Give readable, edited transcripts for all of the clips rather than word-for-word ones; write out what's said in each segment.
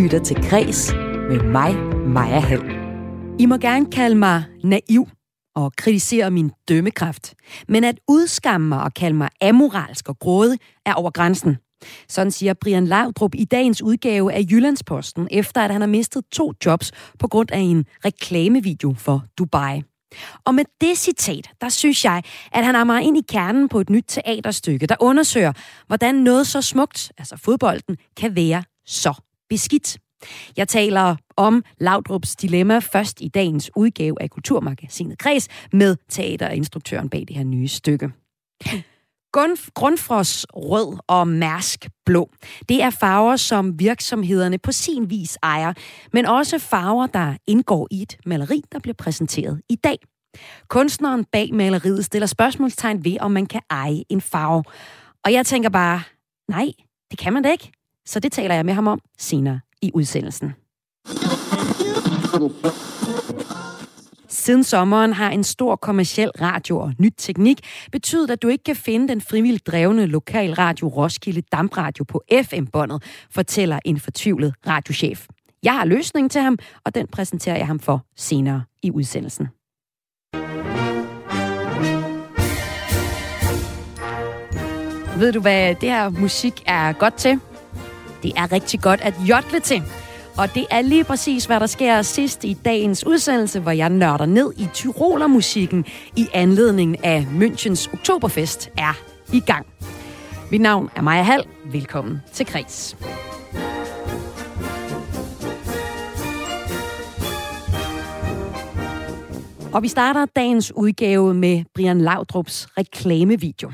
lytter til Kres med mig, Maja Hall. I må gerne kalde mig naiv og kritisere min dømmekraft, men at udskamme mig og kalde mig amoralsk og grådig er over grænsen. Sådan siger Brian Laudrup i dagens udgave af Jyllandsposten, efter at han har mistet 2 jobs på grund af en reklamevideo for Dubai. Og med det citat, der synes jeg, at han rammer ind i kernen på et nyt teaterstykke, der undersøger, hvordan noget så smukt, altså fodbolden, kan være så beskidt. Jeg taler om Laudrups dilemma først i dagens udgave af Kulturmagasinet Kres med teaterinstruktøren bag det her nye stykke. Grundfos rød og Mærsk blå. Det er farver, som virksomhederne på sin vis ejer, men også farver, der indgår i et maleri, der bliver præsenteret i dag. Kunstneren bag maleriet stiller spørgsmålstegn ved, om man kan eje en farve. Og jeg tænker bare, nej, det kan man da ikke. Så det taler jeg med ham om senere i udsendelsen. Siden sommeren har en stor kommerciel radio og nyt teknik betydet, at du ikke kan finde den frivilligt drevne lokalradio Roskilde Dampradio på FM-båndet, fortæller en fortvivlet radiochef. Jeg har løsningen til ham, og den præsenterer jeg ham for senere i udsendelsen. Ved du, hvad det her musik er godt til? Det er rigtig godt at jodle til. Og det er lige præcis, hvad der sker sidst i dagens udsendelse, hvor jeg nørder ned i tyrolermusikken i anledning af Münchens Oktoberfest er i gang. Mit navn er Maja Hall. Velkommen til Kres. Og vi starter dagens udgave med Brian Laudrups reklamevideo.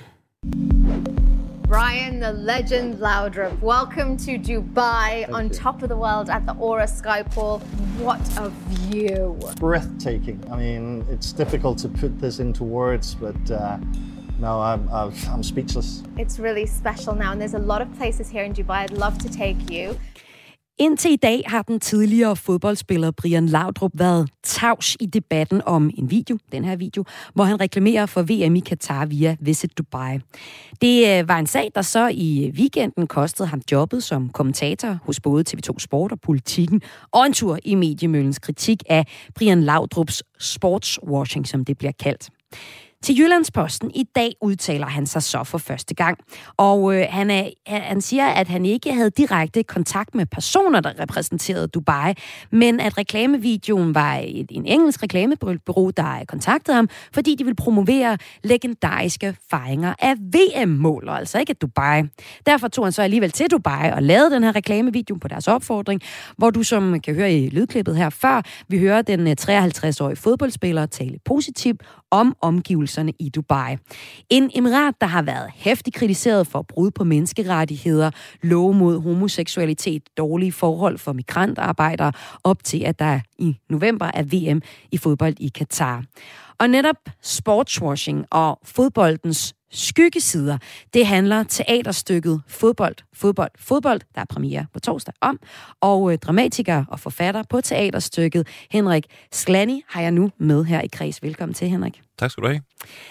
Brian, the legend Laudrup, welcome to Dubai. On top of the world at the Aura Skypool. What a view. Breathtaking. I mean, it's difficult to put this into words, but no, I'm speechless. It's really special now, and there's a lot of places here in Dubai I'd love to take you. Indtil i dag har den tidligere fodboldspiller Brian Laudrup været tavs i debatten om en video, den her video, hvor han reklamerer for VM i Katar via Visit Dubai. Det var en sag, der så i weekenden kostede ham jobbet som kommentator hos både TV2 Sport og Politikken, og en tur i mediemøllens kritik af Brian Laudrups sportswashing, som det bliver kaldt. Til Jyllandsposten i dag udtaler han sig så for første gang, og han siger, at han ikke havde direkte kontakt med personer, der repræsenterede Dubai, men at reklamevideoen var en engelsk reklamebureau, der kontaktede ham, fordi de ville promovere legendariske fejringer af VM-mål, altså ikke Dubai. Derfor tog han så alligevel til Dubai og lavede den her reklamevideo på deres opfordring, hvor du, som kan høre i lydklippet her før, vi hører den 53-årige fodboldspiller tale positivt om omgivelserne i Dubai. En emirat, der har været heftigt kritiseret for brud på menneskerettigheder, love mod homoseksualitet, dårlige forhold for migrantarbejdere, op til at der i november er VM i fodbold i Katar. Og netop sportswashing og fodboldens skyggesider, det handler teaterstykket Fodbold, der er premiere på torsdag om, og dramatiker og forfatter på teaterstykket Henrik Slany har jeg nu med her i Kres. Velkommen til, Henrik. Tak skal du have.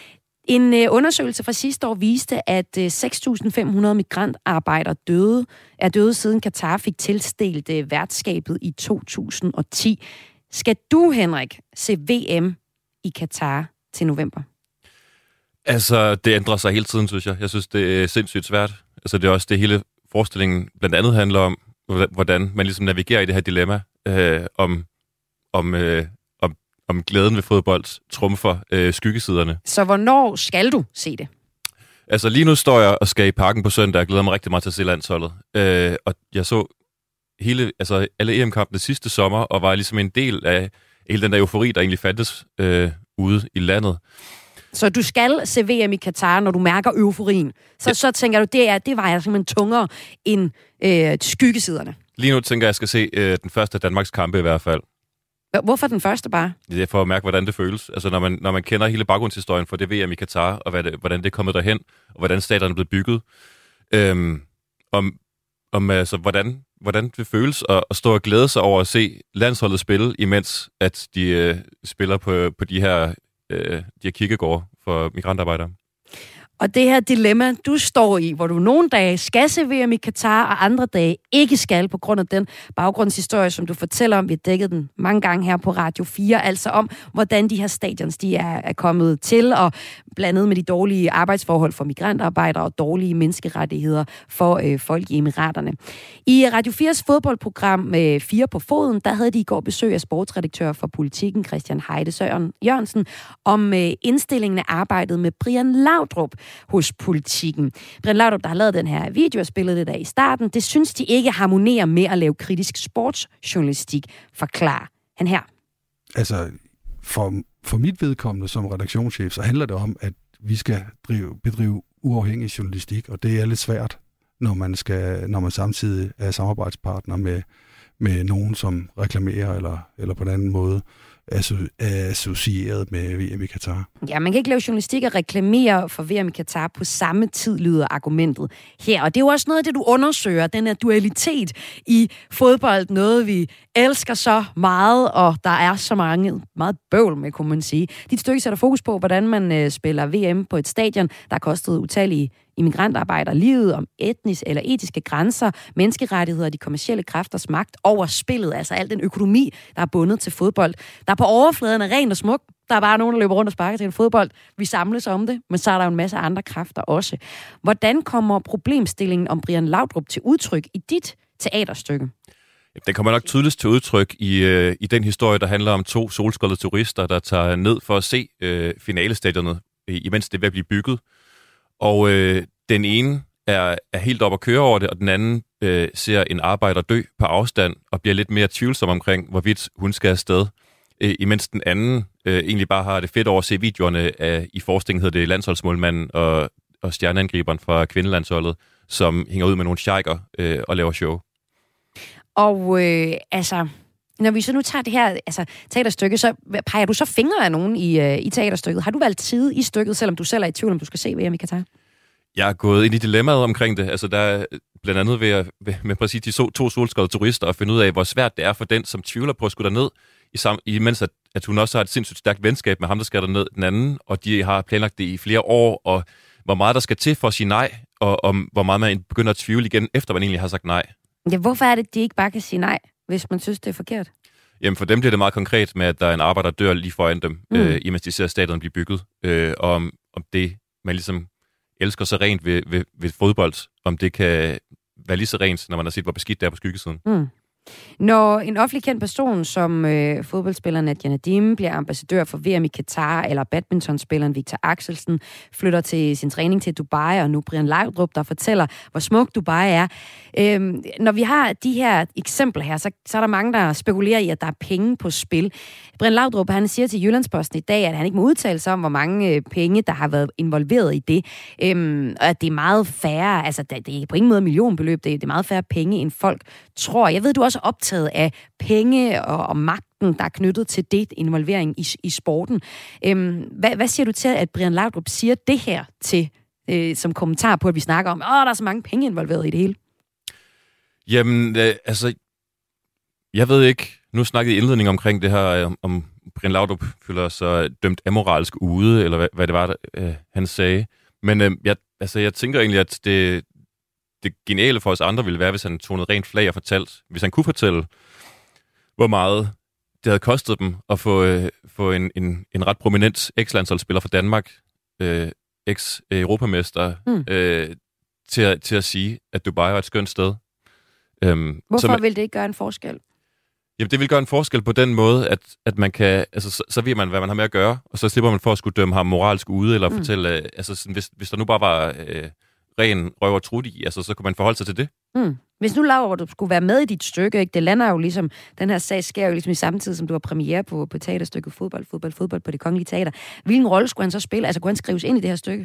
En undersøgelse fra sidste år viste, at 6.500 migrantarbejdere er døde siden Katar fik tildelt værtskabet i 2010. Skal du, Henrik, se VM i Katar til november? Altså, det ændrer sig hele tiden, synes jeg. Jeg synes, det er sindssygt svært. Altså, det er også det hele forestillingen blandt andet handler om, hvordan man ligesom navigerer i det her dilemma om glæden ved fodbold trumfer skyggesiderne. Så hvornår skal du se det? Altså, lige nu står jeg og skal i parken på søndag og glæder mig rigtig meget til at se landsholdet. Og jeg så alle EM-kampene sidste sommer, og var ligesom en del af hele den der eufori, der egentlig fandtes ude i landet. Så du skal se VM i Katar, når du mærker euforien. Så tænker du, det vejer simpelthen tungere end skyggesiderne. Lige nu tænker jeg skal se den første Danmarks kampe i hvert fald. Hvorfor den første bare? Det er for at mærke, hvordan det føles. Altså, når man kender hele baggrundshistorien for det VM i Katar, og hvordan det er kommet derhen, og hvordan staterne er blevet bygget. Hvordan det føles at stå og glæde sig over at se landsholdet spille, imens at de spiller på de her kiggegårde for migrantarbejdere. Og det her dilemma, du står i, hvor du nogle dage skal se VM i Katar, og andre dage ikke skal, på grund af den baggrundshistorie, som du fortæller om. Vi har dækket den mange gange her på Radio 4, altså om, hvordan de her stadions de er kommet til, og blandet med de dårlige arbejdsforhold for migrantarbejdere og dårlige menneskerettigheder for folk i Emiraterne. I Radio 4's fodboldprogram med 4 på foden, der havde de i går besøg af sportsredaktør for Politikken, Christian Heide Jørgensen, om indstillingen af arbejdet med Brian Laudrup hos Politikken. Brian Laudrup, der har lavet den her video og spillet det der i starten, det synes de ikke harmonerer med at lave kritisk sportsjournalistik, forklarer han her. Altså, for mit vedkommende som redaktionschef, så handler det om, at vi skal bedrive uafhængig journalistik, og det er lidt svært, når man samtidig er samarbejdspartner med nogen, som reklamerer eller på en anden måde er associeret med VM i Katar. Ja, man kan ikke lave journalistik og reklamere for VM i Katar på samme tid, lyder argumentet her. Og det er jo også noget af det, du undersøger, den her dualitet i fodbold, noget vi elsker så meget, og der er så meget bøvl med, kunne man sige. Dit stykke sætter fokus på, hvordan man spiller VM på et stadion, der har kostet utallige immigrantarbejdere livet, om etniske eller etiske grænser, menneskerettigheder og de kommercielle kræfters magt over spillet, altså al den økonomi, der er bundet til fodbold. Der på overfladen er rent og smukt. Der er bare nogen, der løber rundt og sparker til en fodbold. Vi samles om det, men så er der jo en masse andre kræfter også. Hvordan kommer problemstillingen om Brian Laudrup til udtryk i dit teaterstykke? Den kommer nok tydeligst til udtryk i den historie, der handler om 2 solskoldede turister, der tager ned for at se finalestadionet, imens det er ved at blive bygget. Og den ene er helt op at køre over det, og den anden ser en arbejder dø på afstand og bliver lidt mere tvivlsom omkring, hvorvidt hun skal afsted. Imens den anden egentlig bare har det fedt over at se videoerne af, i forskningen hedder det landsholdsmålmanden og stjerneangriberen fra kvindelandsholdet, som hænger ud med nogle sheiker og laver show. Og altså, når vi så nu tager det her teaterstykke, så peger du så fingre af nogen i teaterstykket. Har du valgt side i stykket, selvom du selv er i tvivl, om du skal se VM i Katar? Jeg er gået ind i dilemmaet omkring det. Altså, der er blandt andet med præcis de 2 solskoldede turister at finde ud af, hvor svært det er for den, som tvivler på at skulle derned, imens at hun også har et sindssygt stærkt venskab med ham, der skal derned den anden, og de har planlagt det i flere år, og hvor meget der skal til for at sige nej, og om hvor meget man begynder at tvivle igen, efter man egentlig har sagt nej. Ja, hvorfor er det, at de ikke bare kan sige nej, hvis man synes, det er forkert? Jamen, for dem bliver det meget konkret med, at der er en arbejder, der dør lige foran dem, imens de ser stadion blive bygget, og om det, man ligesom elsker så rent ved fodbold, om det kan være lige så rent, når man har set, hvor beskidt det er på skyggesiden. Når en offentlig kendt person som fodboldspilleren Nadia Nadim bliver ambassadør for VM i Katar, eller badmintonspilleren Victor Axelsen flytter til sin træning til Dubai, og nu Brian Laudrup, der fortæller, hvor smuk Dubai er. Når vi har de her eksempler her, så er der mange, der spekulerer i, at der er penge på spil. Brian Laudrup, han siger til Jyllandsposten i dag, at han ikke må udtale sig om, hvor mange penge, der har været involveret i det. Og at det er meget færre, altså det er på ingen måde millionbeløb, det er meget færre penge, end folk tror. Jeg ved, du er også optaget af penge og magten, der er knyttet til det involvering i sporten. Hvad siger du til, at Brian Laudrup siger det her til som kommentar på, at vi snakker om, der er så mange penge involveret i det hele? Jamen, jeg ved ikke. Nu snakkede jeg i indledning omkring det her, om Brian Laudrup føler sig dømt amoralsk ude, eller hvad det var, han sagde. Men jeg tænker egentlig, at det geniale for os andre ville være, hvis han tog noget rent flag og fortalte, hvis han kunne fortælle, hvor meget det havde kostet dem at få en ret prominent eks-landsholdsspiller fra Danmark, eks-europamester, til at sige, at Dubai er et skønt sted. Hvorfor vil det ikke gøre en forskel? Jamen, det vil gøre en forskel på den måde, at man kan, altså, så ved man, hvad man har med at gøre, og så slipper man for at skulle dømme ham moralsk ude, eller fortælle, altså, sådan, hvis der nu bare var ren røv og trut i, altså, så kunne man forholde sig til det. Hvis nu Laudrup skulle være med i dit stykke, ikke? Det lander jo ligesom, den her sag sker jo ligesom i samme tid, som du har premiere på teaterstykket fodbold på Det Kongelige Teater. Hvilken rolle skulle han så spille? Altså, kunne han skrives ind i det her stykke?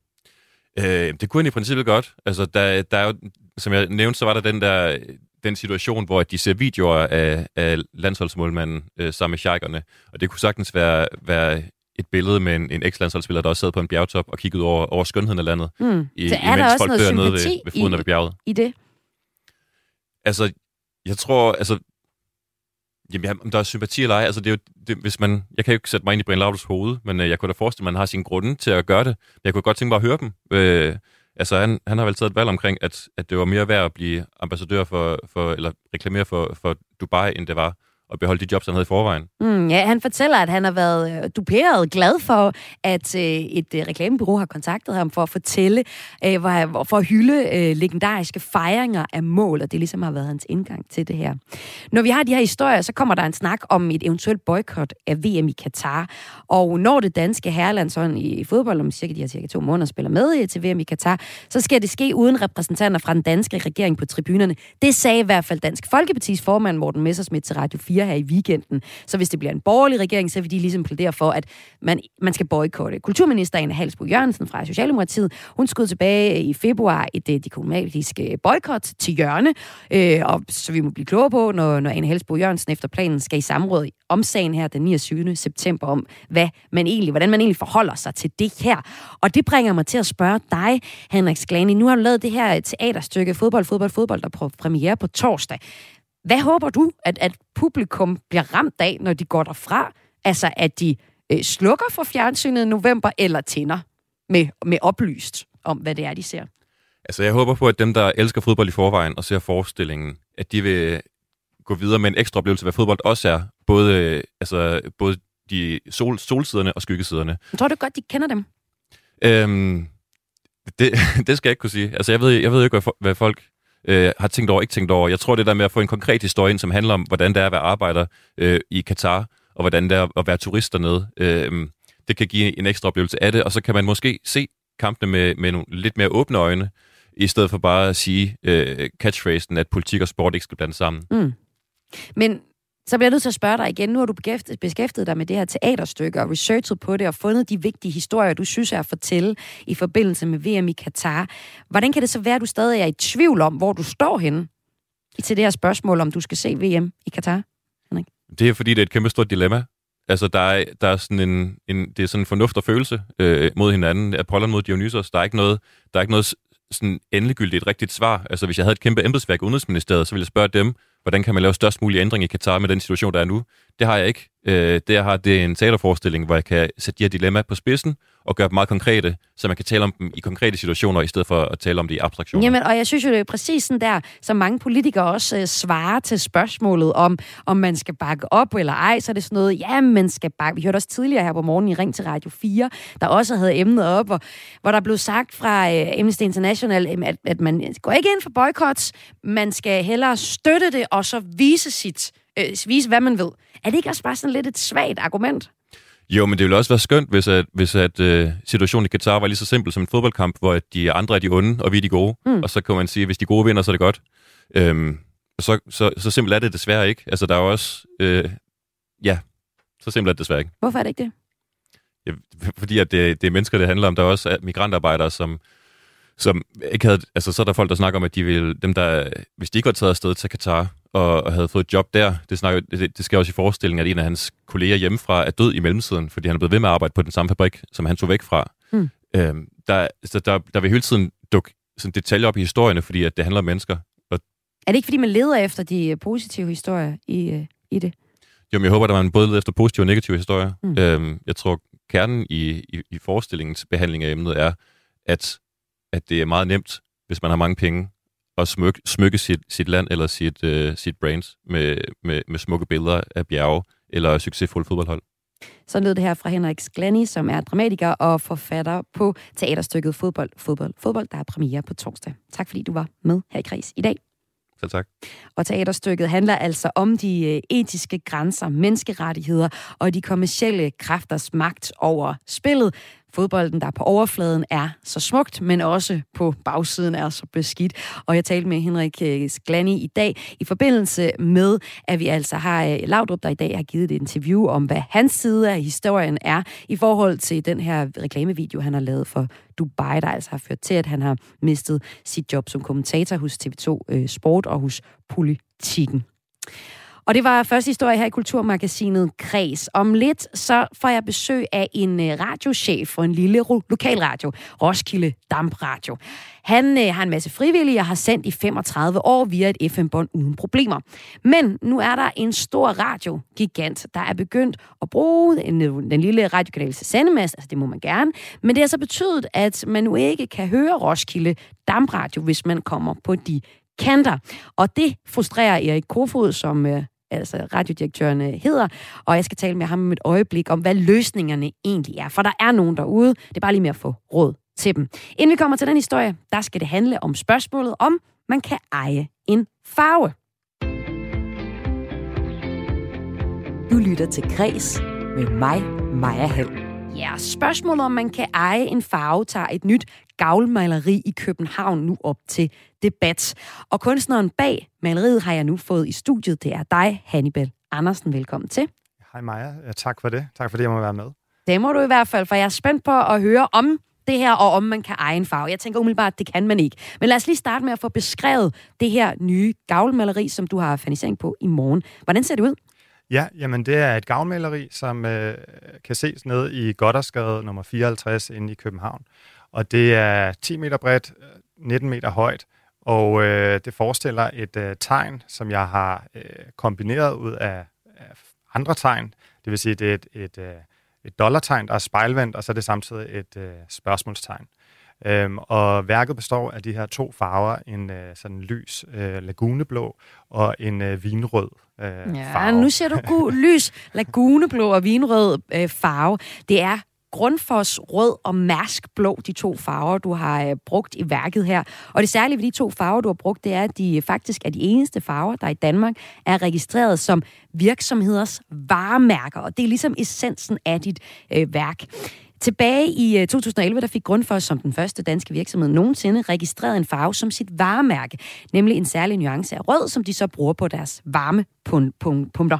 Det kunne han i princippet godt. Altså, der er jo, som jeg nævnte, så var der den situation, hvor de ser videoer af landsholdsmålmanden sammen med sheikerne, og det kunne sagtens være et billede med en eks-landsholdsspiller, der også sad på en bjergtop og kiggede over skønheden af landet. Så er der også noget sympati ved foden af bjerget. I det? Altså, jeg tror, Jamen, om der er sympati eller ej, altså det er jo, hvis man, jeg kan jo ikke sætte mig ind i Brian Laudrups hoved, men jeg kunne da forestille mig, at man har sine grunde til at gøre det. Jeg kunne godt tænke mig at høre dem. Altså han har vel taget et valg omkring, at det var mere værd at blive ambassadør for eller reklamere for Dubai, end det var at beholde de jobs, han havde i forvejen. Ja, han fortæller, at han har været duperet glad for, at et reklamebureau har kontaktet ham for at fortælle, for at hylde legendariske fejringer af mål, og det ligesom har været hans indgang til det her. Når vi har de her historier, så kommer der en snak om et eventuelt boykot af VM i Katar, og når det danske herrelandshold i fodbold om de her cirka 2 måneder spiller med til VM i Katar, så skal det ske uden repræsentanter fra den danske regering på tribunerne. Det sagde i hvert fald Dansk Folkepartis formand Morten Messerschmidt til Radio 4 her i weekenden. Så hvis det bliver en borgerlig regering, så vil de ligesom plædere for, at man skal boykotte. Kulturminister Ane Halsboe-Jørgensen fra Socialdemokratiet, hun skød tilbage i februar et diplomatisk boykot til hjørne, og så vi må blive klogere på, når Ane Halsboe-Jørgensen efter planen skal i samråd om sagen her den 29. september om, hvordan man egentlig forholder sig til det her. Og det bringer mig til at spørge dig, Henrik Sglani. Nu har du lavet det her teaterstykke Fodbold, der får premiere på torsdag. Hvad håber du, at publikum bliver ramt af, når de går derfra? Altså, at de slukker for fjernsynet i november, eller tænder med oplyst om, hvad det er, de ser? Altså, jeg håber på, at dem, der elsker fodbold i forvejen og ser forestillingen, at de vil gå videre med en ekstra oplevelse, hvad fodbold også er. Både de solsiderne og skyggesiderne. Jeg tror du godt, de kender dem? Det skal jeg ikke kunne sige. Altså, jeg ved ikke, hvad folk har tænkt over, ikke tænkt over. Jeg tror, det der med at få en konkret historie ind, som handler om, hvordan det er at være arbejder i Katar, og hvordan det er at være turist dernede, det kan give en ekstra oplevelse af det, og så kan man måske se kampene med nogle lidt mere åbne øjne, i stedet for bare at sige catchphrasen, at politik og sport ikke skal blande sammen. Men så bliver jeg nødt til at spørge dig igen. Nu har du beskæftiget dig med det her teaterstykke og researchet på det og fundet de vigtige historier, du synes er at fortælle i forbindelse med VM i Katar. Hvordan kan det så være, at du stadig er i tvivl om, hvor du står henne til det her spørgsmål, om du skal se VM i Katar, Henrik? Det er fordi, det er et kæmpe stort dilemma. Altså, der er sådan det er sådan en fornuft og følelse mod hinanden. Apollon mod Dionysos. Der er ikke noget sådan endegyldigt rigtigt svar. Altså, hvis jeg havde et kæmpe embedsværk i Udenrigsministeriet, så ville jeg spørge dem, hvordan kan man lave størst mulig ændring i Katar med den situation, der er nu? Det har jeg ikke. Det jeg har, det er en teaterforestilling, hvor jeg kan sætte de her dilemmaer på spidsen og gøre dem meget konkrete, så man kan tale om dem i konkrete situationer, i stedet for at tale om det i abstraktioner. Jamen, og jeg synes jo, det er præcis sådan der, som mange politikere også svarer til spørgsmålet om man skal bakke op eller ej, så er det sådan noget, ja, man skal bakke. Vi hørte også tidligere her på morgenen i Ring til Radio 4, der også havde emnet op, hvor der blev sagt fra Amnesty International, at man går ikke ind for boykots, man skal hellere støtte det, og så vise, hvad man ved. Er det ikke også bare sådan lidt et svagt argument? Jo, men det ville også være skønt, hvis situationen i Katar var lige så simpel som en fodboldkamp, hvor de andre er de onde, og vi er de gode. Og så kan man sige, at hvis de gode vinder, så er det godt. Så simpelt er det desværre ikke. Altså, der er også... så simpelt er det desværre ikke. Hvorfor er det ikke det? Ja, fordi at det er mennesker, det handler om. Der er også migrantarbejdere, som ikke havde... Altså, så er der folk, der snakker om, at de vil... hvis de ikke var taget afsted til Katar og havde fået et job der, det sker også i forestillingen, at en af hans kolleger hjemmefra er død i mellemtiden, fordi han er blevet ved med at arbejde på den samme fabrik, som han tog væk fra. Der vil hele tiden dukke sådan detaljer op i historierne, fordi at det handler om mennesker. Og er det ikke, fordi man leder efter de positive historier i det? Jo, men jeg håber, at man både leder efter positive og negative historier. Jeg tror, kernen i forestillingens behandling af emnet er, at det er meget nemt, hvis man har mange penge, at smykke sit land eller sit brains med smukke billeder af bjerge eller succesfulde fodboldhold. Så lød det her fra Henrik Sglani, som er dramatiker og forfatter på teaterstykket Fodbold, der er premiere på torsdag. Tak fordi du var med her i Kreds i dag. Selv tak. Og teaterstykket handler altså om de etiske grænser, menneskerettigheder og de kommercielle kræfters magt over spillet. Fodbolden, der på overfladen er så smukt, men også på bagsiden er så beskidt. Og jeg talte med Henrik Sglani i dag i forbindelse med, at vi altså har Laudrup, der i dag har givet et interview om, hvad hans side af historien er i forhold til den her reklamevideo, han har lavet for Dubai, der altså har ført til, at han har mistet sit job som kommentator hos TV2 Sport og hos Politikken. Og det var første historie her i Kulturmagasinet Kreds. Om lidt så får jeg besøg af en radiochef for en lille lokalradio, Roskilde Dampradio. Han har en masse frivillige og har sendt i 35 år via et FM-bånd uden problemer. Men nu er der en stor radiogigant, der er begyndt at bruge den lille radiokanals sendemast, altså det må man gerne, men det har så betydet, at man nu ikke kan høre Roskilde Dampradio, hvis man kommer på de kanter. Og det frustrerer Erik Kofod, som altså radiodirektøren hedder, og jeg skal tale med ham om et øjeblik om, hvad løsningerne egentlig er. For der er nogen derude, det er bare lige med at få råd til dem. Inden vi kommer til den historie, der skal det handle om spørgsmålet, om man kan eje en farve. Du lytter til Kreds med mig, Maja Hall. Ja, spørgsmålet om man kan eje en farve tager et nyt gavlmaleri i København nu op til debat. Og kunstneren bag maleriet har jeg nu fået i studiet. Det er dig, Hannibal Andersen. Velkommen til. Hej Maja. Ja, tak for det. Tak fordi jeg må være med. Det må du i hvert fald, for jeg er spændt på at høre om det her, og om man kan eje en farve. Jeg tænker umiddelbart, at det kan man ikke. Men lad os lige starte med at få beskrevet det her nye gavlmaleri, som du har fernisering på i morgen. Hvordan ser det ud? Ja, jamen det er et gavlmaleri, som kan ses ned i Gothersgade nummer 54 inde i København. Og det er 10 meter bredt, 19 meter højt, og det forestiller et tegn, som jeg har kombineret ud af andre tegn. Det vil sige, det er et dollartegn, der er spejlvendt, og så er det samtidig et spørgsmålstegn. Og værket består af de her to farver, en sådan lys laguneblå og en vinrød farve. Ja, nu ser du lys laguneblå og vinrød farve. Det er Grundfos rød og Mærsk blå, de to farver, du har brugt i værket her. Og det særlige ved de to farver, du har brugt, det er, at de faktisk er de eneste farver, der i Danmark er registreret som virksomheders varemærker. Og det er ligesom essensen af dit værk. Tilbage i 2011, der fik Grundfos som den første danske virksomhed nogensinde registreret en farve som sit varemærke, nemlig en særlig nuance af rød, som de så bruger på deres varmepumper.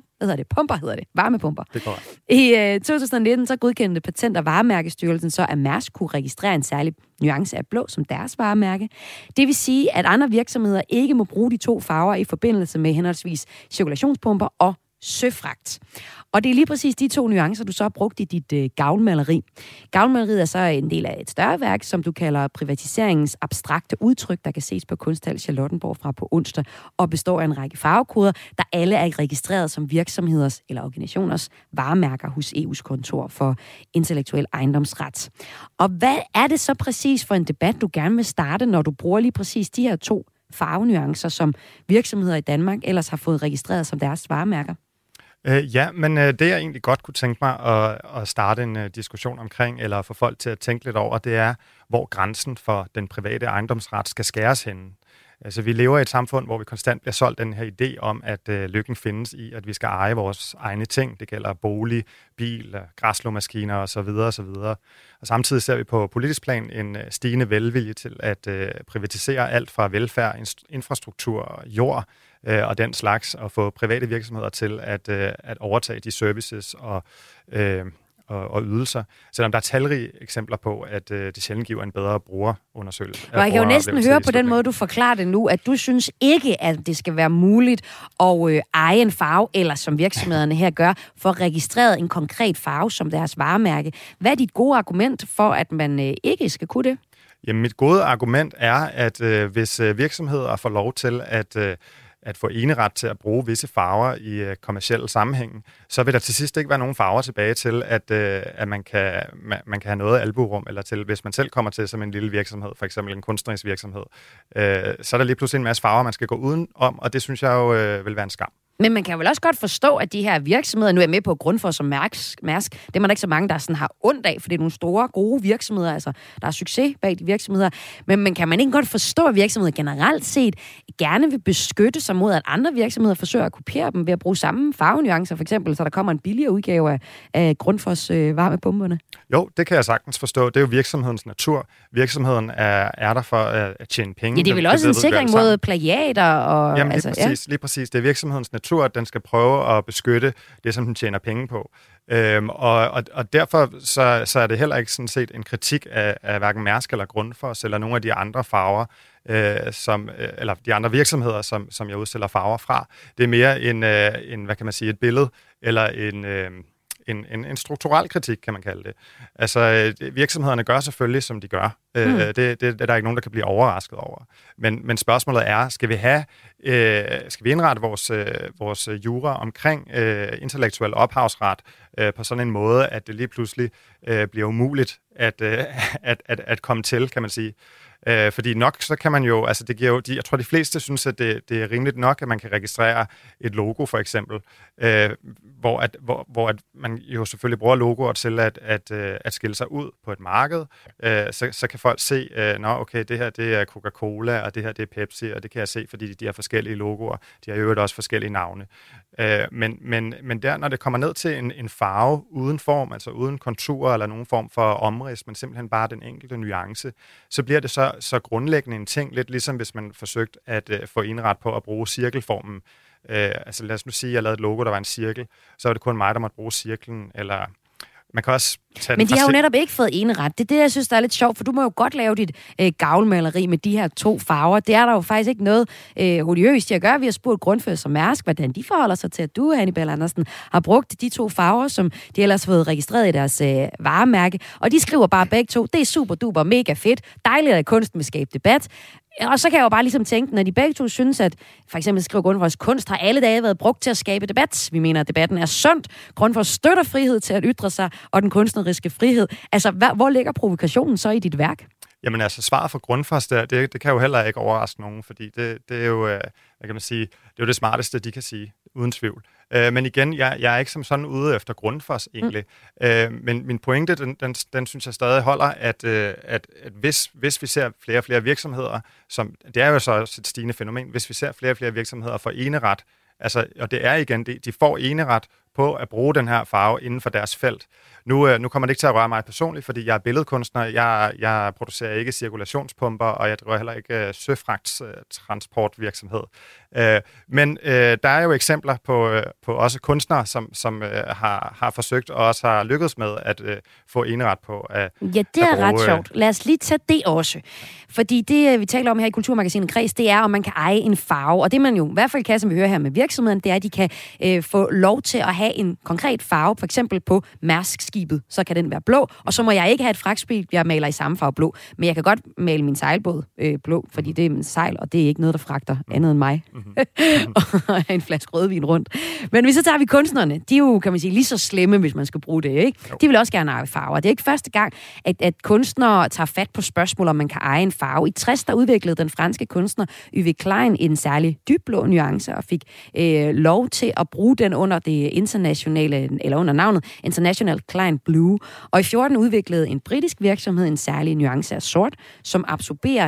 Varmepumper. Det går. I 2019 så godkendte Patent- og Varemærkestyrelsen så, at Mærsk kunne registrere en særlig nuance af blå som deres varemærke. Det vil sige, at andre virksomheder ikke må bruge de to farver i forbindelse med henholdsvis cirkulationspumper og søfragt. Og det er lige præcis de to nuancer, du så har brugt i dit gavlmaleri. Gavlmaleriet er så en del af et større værk, som du kalder privatiseringens abstrakte udtryk, der kan ses på Kunsthal Charlottenborg fra på onsdag, og består af en række farvekoder, der alle er registreret som virksomheders eller organisationers varemærker hos EU's kontor for intellektuel ejendomsret. Og hvad er det så præcis for en debat, du gerne vil starte, når du bruger lige præcis de her to farvenuancer, som virksomheder i Danmark ellers har fået registreret som deres varemærker? Ja, men det jeg egentlig godt kunne tænke mig at starte en diskussion omkring, eller få folk til at tænke lidt over, det er, hvor grænsen for den private ejendomsret skal skæres henne. Altså, vi lever i et samfund, hvor vi konstant bliver solgt den her idé om, at lykken findes i, at vi skal eje vores egne ting. Det gælder bolig, bil, græsslåmaskiner osv. osv. Og samtidig ser vi på politisk plan en stigende velvilje til at privatisere alt fra velfærd, infrastruktur, jord og den slags, og få private virksomheder til at overtage de services og ydelser, selvom der er talrige eksempler på, at det sjældent giver en bedre brugerundersøgelse. Og jeg kan jo næsten høre på den måde, du forklarer det nu, at du synes ikke, at det skal være muligt at eje en farve, eller som virksomhederne her gør, for at registrere en konkret farve som deres varemærke. Hvad er dit gode argument for, at man ikke skal kunne det? Jamen, mit gode argument er, at hvis virksomheder får lov til at få eneret til at bruge visse farver i kommercielle sammenhæng, så vil der til sidst ikke være nogen farver tilbage til, at man kan have noget albuerum, eller til, hvis man selv kommer til som en lille virksomhed, for eksempel en kunstnerisk virksomhed, så er der lige pludselig en masse farver, man skal gå udenom, og det synes jeg jo vil være en skam. Men man kan vel også godt forstå, at de her virksomheder, nu er med på Grundfos og Mærsk, det er man ikke så mange, der sådan har ondt af, for det er nogle store, gode virksomheder, altså der er succes bag de virksomheder. Men kan man ikke godt forstå, at virksomheder generelt set gerne vil beskytte sig mod, at andre virksomheder forsøger at kopiere dem ved at bruge samme farvenuancer, for eksempel, så der kommer en billigere udgave af Grundfos varmepumperne? Jo, det kan jeg sagtens forstå. Det er jo virksomhedens natur. Virksomheden er der for at tjene penge. Ja, det er vel også en sikring mod plagiater og... Jamen, lige præcis. Det er virksomhedens natur, at den skal prøve at beskytte det, som den tjener penge på. Og derfor så er det heller ikke sådan set en kritik af hverken Mærsk eller Grundfos eller nogle af de andre farver, eller de andre virksomheder, som jeg udstiller farver fra. Det er mere en hvad kan man sige, et billede, eller en strukturel kritik, kan man kalde det. Altså, virksomhederne gør selvfølgelig, som de gør. Det er der ikke nogen, der kan blive overrasket over. Men spørgsmålet er, skal vi indrette vores jura omkring intellektuel ophavsret på sådan en måde, at det lige pludselig bliver umuligt at komme til, kan man sige. Fordi nok, så kan man jo, altså det giver jo, jeg tror de fleste synes, at det er rimeligt nok, at man kan registrere et logo for eksempel, hvor at man jo selvfølgelig bruger logoer til at skille sig ud på et marked, så kan folk se, okay, det her det er Coca-Cola, og det her det er Pepsi, og det kan jeg se, fordi de har forskellige logoer, de har jo også forskellige navne. Men der, når det kommer ned til en farve uden form, altså uden kontur eller nogen form for omrids, men simpelthen bare den enkelte nuance, så bliver det så grundlæggende en ting, lidt ligesom hvis man forsøgte at få enret på at bruge cirkelformen. Altså lad os nu sige, at jeg lavede et logo, der var en cirkel, så var det kun mig, der måtte bruge cirklen, eller man kan også tage Men de har jo netop ikke fået eneret. Det er det, jeg synes, der er lidt sjovt, for du må jo godt lave dit gavlmaleri med de her 2 farver. Det er der jo faktisk ikke noget odiøst at gøre. Vi har spurgt Grundfos og Mærsk, hvordan de forholder sig til, at du, Hannibal Andersen, har brugt de 2 farver, som de ellers har fået registreret i deres varemærke. Og de skriver bare begge 2, det er super duper mega fedt. Dejligt, at kunsten vil skabe debat. Og så kan jeg jo bare ligesom tænke, når de begge 2 synes, at for eksempel skriver Grundfos, kunst har alle dage været brugt til at skabe debat. Vi mener, at debatten er sundt. Grundfos støtter frihed til at ytre sig, og den kunstneriske frihed. Altså, hvor ligger provokationen så i dit værk? Jamen altså, svaret for Grundfos, det kan jo heller ikke overraske nogen, fordi det er jo, hvad kan man sige, det er jo det smarteste, de kan sige, uden tvivl. Men igen, jeg er ikke som sådan ude efter Grundfos egentlig. Men min pointe, den synes jeg stadig holder, at hvis vi ser flere og flere virksomheder, som det er jo så et stigende fænomen, hvis vi ser flere og flere virksomheder få eneret, altså, og det er igen det, de får eneret på at bruge den her farve inden for deres felt. Nu kommer det ikke til at røre mig personligt, fordi jeg er billedkunstner, jeg producerer ikke cirkulationspumper, og jeg driver heller ikke søfragtstransportvirksomhed. Men der er jo eksempler på også kunstnere, som har forsøgt og også har lykkedes med at få eneret på at ja, det er ret sjovt. Lad os lige tage det også. Fordi det, vi taler om her i Kulturmagasinet Kreds, det er, om man kan eje en farve. Og det man jo i hvert fald kan, som vi hører her med virksomheden, det er, at de kan få lov til at have en konkret farve, for eksempel på Mærsk-skibet, så kan den være blå, og så må jeg ikke have et fragtskib, jeg maler i samme farve blå, men jeg kan godt male min sejlbåd blå, fordi det er en sejl, og det er ikke noget, der fragter andet end mig. Og en flaske rødvin rundt. Men hvis så tager vi kunstnerne, de er jo, kan man sige, lige så slemme, hvis man skal bruge det, ikke? De vil også gerne eje farver. Det er ikke første gang, at kunstnere tager fat på spørgsmål, om man kan eje en farve. I 60, der udviklede den franske kunstner Yves Klein en særlig dybblå nuance, og fik lov til at bruge den under det internationale, eller under navnet International Klein Blue. Og i 14 udviklede en britisk virksomhed en særlig nuance af sort, som absorberer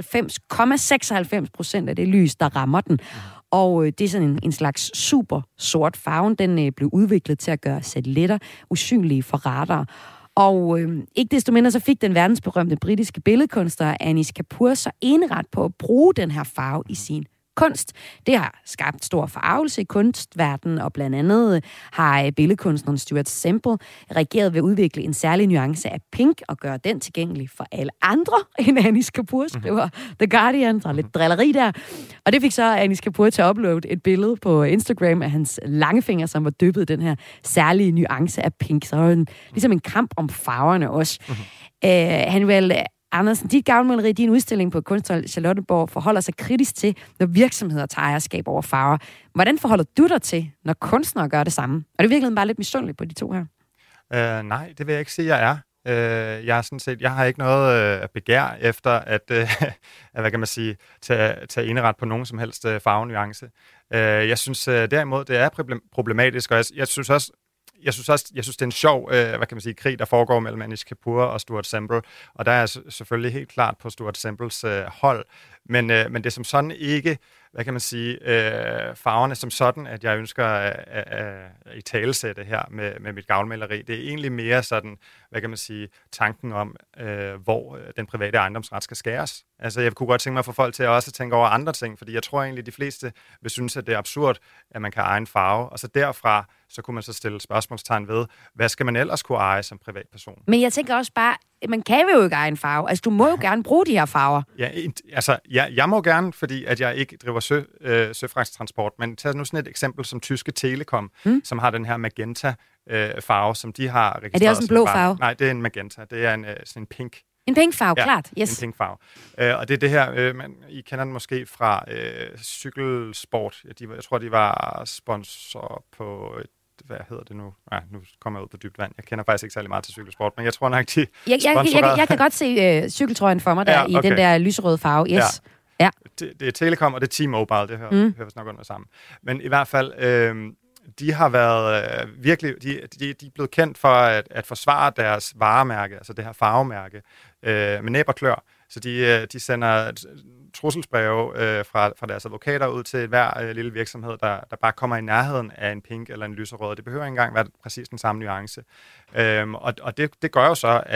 99,96% af det lys, der rammer den. Og det er sådan en slags super sort farve. Den blev udviklet til at gøre satellitter usynlige for radar. Og ikke desto mindre så fik den verdensberømte britiske billedkunstner Anish Kapoor så eneret på at bruge den her farve i sin kunst. Det har skabt stor forargelse i kunstverdenen, og blandt andet har billedkunstneren Stuart Semple reageret ved at udvikle en særlig nuance af pink og gøre den tilgængelig for alle andre end Anish Kapoor, skriver The Guardian. Der er lidt drilleri der. Og det fik så Anish Kapoor til at uploade et billede på Instagram af hans langefinger, som var dyppet i den her særlige nuance af pink. Så ligesom en kamp om farverne også. Hannibal Andersen, dit gavlmaleri, din udstilling på Kunsthal Charlottenborg forholder sig kritisk til, når virksomheder tager ejerskab over farver. Hvordan forholder du dig til, når kunstnere gør det samme? Er det virkelig bare lidt misundelig på de 2 her? Nej, det vil jeg ikke sige, jeg er. Jeg har ikke noget begær efter at hvad kan man sige, tage eneret på nogen som helst farvenuance. Jeg synes derimod, det er problematisk, og jeg synes også, det er en sjov, hvad kan man sige, krig, der foregår mellem Anish Kapoor og Stuart Semple, og der er selvfølgelig helt klart på Stuart Semples hold, men det er som sådan ikke, hvad kan man sige, farverne som sådan, at jeg ønsker at italesætte her med mit gavlmaleri. Det er egentlig mere sådan, hvad kan man sige, tanken om, hvor den private ejendomsret skal skæres. Altså, jeg kunne godt tænke mig at få folk til at også tænke over andre ting, fordi jeg tror egentlig, at de fleste vil synes, at det er absurd, at man kan eje en farve, og så derfra, så kunne man så stille spørgsmålstegn ved, hvad skal man ellers kunne eje som privatperson? Men jeg tænker også bare, man kan jo ikke egen farve. Altså, du må jo gerne bruge de her farver. Ja, jeg må gerne, fordi at jeg ikke driver søfragtstransport. Men tag nu sådan et eksempel som tyske Telekom, som har den her magenta farve, som de har registreret. Er det også en blå farve? Nej, det er en magenta. Det er sådan en pink. En pink farve, ja, klart. Yes. En pink farve. Og det er det her, I kender den måske fra cykelsport. Jeg tror, de var sponsor på hvad hedder det nu? Nej, nu kommer jeg ud på dybt vand. Jeg kender faktisk ikke særlig meget til cykelsport, men jeg tror nok, de jeg kan godt se cykeltrøjen for mig der i den der lyserøde farve. Yes. Ja. Det er Telekom, og det er T-Mobile. Det hører nok under sammen. Men i hvert fald, de har været virkelig, de er blevet kendt for at forsvare deres varemærke, altså det her farvemærke, med næb og klør. Så de sender trusselsbreve fra deres advokater ud til hver lille virksomhed, der bare kommer i nærheden af en pink eller en lyserød. Det behøver ikke engang være præcis den samme nuance. Og det gør jo så,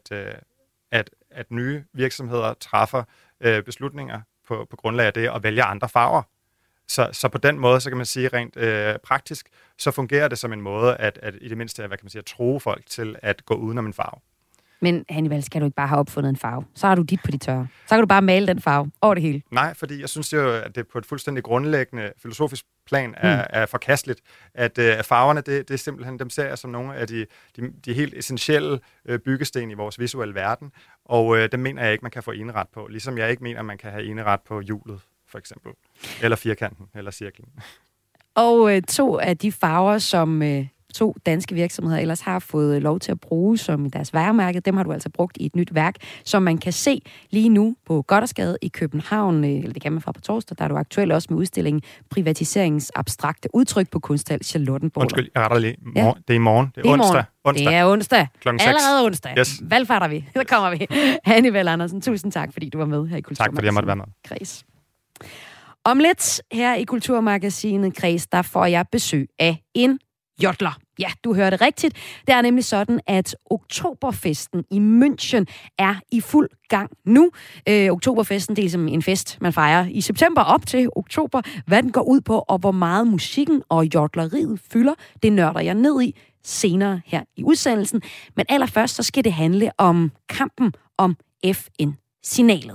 at nye virksomheder træffer beslutninger på grundlag af det og vælger andre farver. Så på den måde, så kan man sige rent praktisk, så fungerer det som en måde at i det mindste, hvad kan man sige, at true folk til at gå udenom en farve. Men Hannibal, skal du ikke bare have opfundet en farve? Så har du dit på de tørre. Så kan du bare male den farve over det hele. Nej, fordi jeg synes jo, at det på et fuldstændig grundlæggende filosofisk plan er forkasteligt, at farverne, det er simpelthen, dem ser jeg som nogle af de helt essentielle byggesten i vores visuelle verden, og dem mener jeg ikke, man kan få eneret på, ligesom jeg ikke mener, man kan have eneret på hjulet, for eksempel, eller firkanten, eller cirklen. Og to af de farver, som to danske virksomheder ellers har fået lov til at bruge som deres varemærke, dem har du altså brugt i et nyt værk, som man kan se lige nu på Gothersgade i København, eller det kan man fra på torsdag, der er du aktuelt også med udstillingen Privatiseringens abstrakte udtryk på Kunsthal Charlottenborg. Undskyld, jeg retter lige. Det er i morgen. Det er onsdag. Det er onsdag. Klokken 6. Allerede onsdag. Yes. Valgfarter vi. Så kommer vi. Hannibal Andersen, tusind tak, fordi du var med her i Kulturmagasinet. Tak, fordi jeg måtte være med. Kreds. Om lidt her i Kulturmagasinet Kreds, der får jeg besøg af en jodler. Ja, du hørte rigtigt. Det er nemlig sådan, at Oktoberfesten i München er i fuld gang nu. Oktoberfesten, det er ligesom en fest, man fejrer i september op til oktober. Hvad den går ud på, og hvor meget musikken og jodleriet fylder, det nørder jeg ned i senere her i udsendelsen. Men allerførst, så skal det handle om kampen om FN-signalet.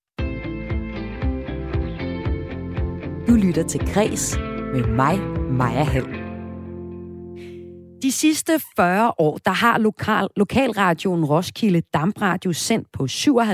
Du lytter til Kreds med mig, Maja Hall. De sidste 40 år, der har lokalradioen Roskilde Dampradio sendt på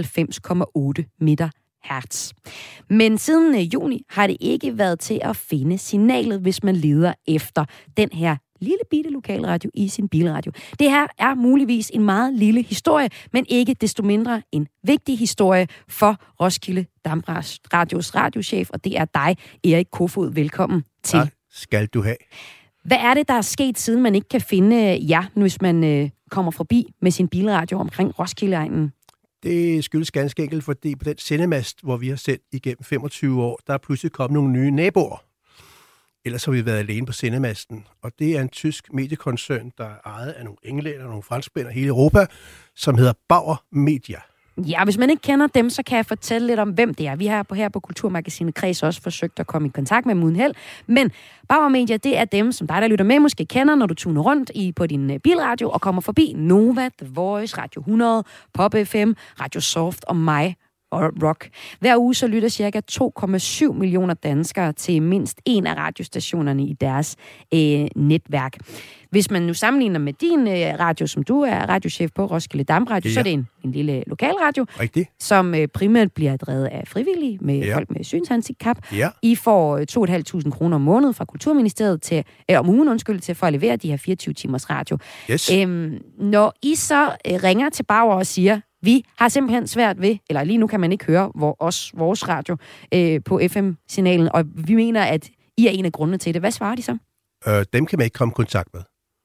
97,8 megahertz. Men siden juni har det ikke været til at finde signalet, hvis man leder efter den her lille bitte lokalradio i sin bilradio. Det her er muligvis en meget lille historie, men ikke desto mindre en vigtig historie for Roskilde Damradios radiochef, og det er dig, Erik Kofod. Velkommen til. Ja, skal du have. Hvad er det, der er sket, siden man ikke kan finde jer, hvis man kommer forbi med sin bilradio omkring Roskilde-egnen? Det skyldes ganske enkelt, fordi på den sendemast, hvor vi har sendt igennem 25 år, der er pludselig kommet nogle nye naboer. Ellers har vi været alene på sendemasten. Og det er en tysk mediekoncern, der er ejet af nogle englænder og nogle franskmænd og hele Europa, som hedder Bauer Media. Ja, hvis man ikke kender dem, så kan jeg fortælle lidt om, hvem det er. Vi har her på Kulturmagasinet Kreds også forsøgt at komme i kontakt med dem uden held. Men Bauer Media, det er dem, som dig, der lytter med, måske kender, når du tuner rundt på din bilradio og kommer forbi Nova, The Voice, Radio 100, Pop FM, Radio Soft og mig og Rock. Hver uge så lytter ca. 2,7 millioner danskere til mindst en af radiostationerne i deres netværk. Hvis man nu sammenligner med din radio, som du er radiochef på, Roskilde Damradio, så er det en lille lokalradio, som primært bliver drevet af frivillige med folk med synshandicap. Ja. I får 2.500 kroner om måneden fra Kulturministeriet om ugen, til for at levere de her 24 timers radio. Yes. Når I så ringer til Bauer og siger, vi har simpelthen svært ved, eller lige nu kan man ikke høre vores radio på FM-signalen, og vi mener, at I er en af grundene til det. Hvad svarer de så? Dem kan man ikke komme i kontakt med.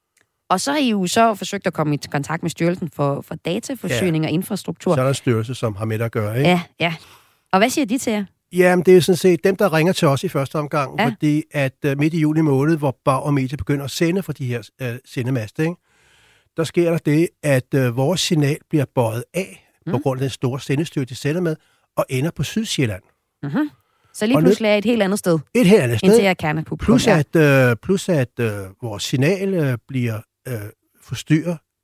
Og så har I jo så forsøgt at komme i kontakt med Styrelsen for Dataforsyning og Infrastruktur. Så er der en styrelse, som har med at gøre, ikke? Ja. Og hvad siger de til jer? Jamen, det er jo sådan set dem, der ringer til os i første omgang, fordi at midt i juli måned, hvor Bauer Media begynder at sende for de her sendemaster, ikke? Der sker der det, at vores signal bliver bøjet af på grund af den store sendestyrke, de sender med, og ender på Sydsjælland. Mm-hmm. Så lige pludselig er et helt andet sted. Et helt andet sted. Indtil jeg kerner på. Plus at vores signal bliver forstyrret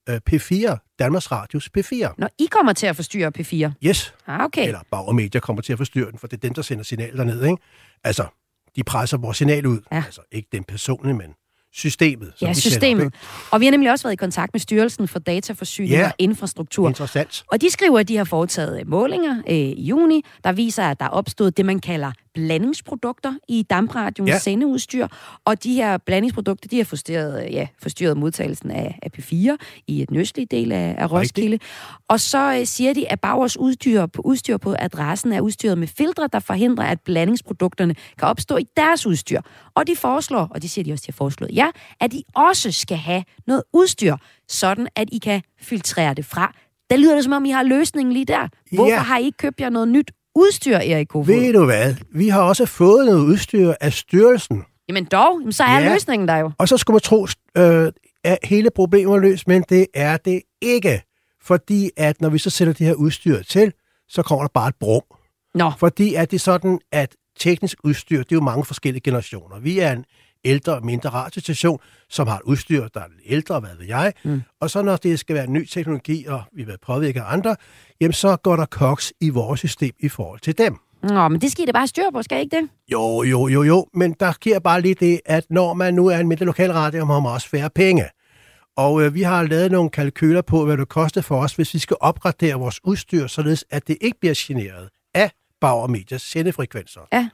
P4, Danmarks Radios P4. Når I kommer til at forstyrre P4? Yes. Okay. Eller Bauer Media kommer til at forstyrre den, for det er dem, der sender signal derned, ikke? Altså, de presser vores signal ud. Ja. Altså, ikke den personlige, men systemet. Ja, systemet. Og vi har nemlig også været i kontakt med Styrelsen for Dataforsyning og Infrastruktur. Interessant. Og de skriver, at de har foretaget målinger i juni, der viser, at der er opstået det, man kalder blandingsprodukter i DAMP-radioens sendeudstyr. Og de her blandingsprodukter, de har forstyrret modtagelsen af P4 i den østlige del af Roskilde. Og så siger de, at Bauers udstyr på adressen er udstyret med filtre, der forhindrer, at blandingsprodukterne kan opstå i deres udstyr. Og de foreslår, og de siger de også, de har foreslået, at de også skal have noget udstyr, sådan at I kan filtrere det fra. Der lyder det, som om I har løsningen lige der. Hvorfor har I ikke købt jer noget nyt udstyr, Erik Kofod? Ved du hvad? Vi har også fået noget udstyr af styrelsen. Jamen dog, så er løsningen der jo. Og så skulle man tro, at hele problemet er løst, men det er det ikke. Fordi at når vi så sætter det her udstyr til, så kommer der bare et brum. Nå. Fordi at det er sådan, at teknisk udstyr, det er jo mange forskellige generationer. Vi er en ældre og mindre radiostation, som har et udstyr, der er ældre, hvad ved jeg. Og så når det skal være ny teknologi, og vi vil påvirke andre, jamen så går der koks i vores system i forhold til dem. Nå, men det skal I da bare styre på, skal I ikke det? Jo, men der giver bare lige det, at når man nu er en mindre lokalradio, har man også færre penge. Og vi har lavet nogle kalkyler på, hvad det koster for os, hvis vi skal opgradere vores udstyr, således at det ikke bliver generet af Bauer Medias sendefrekvenser. Ja.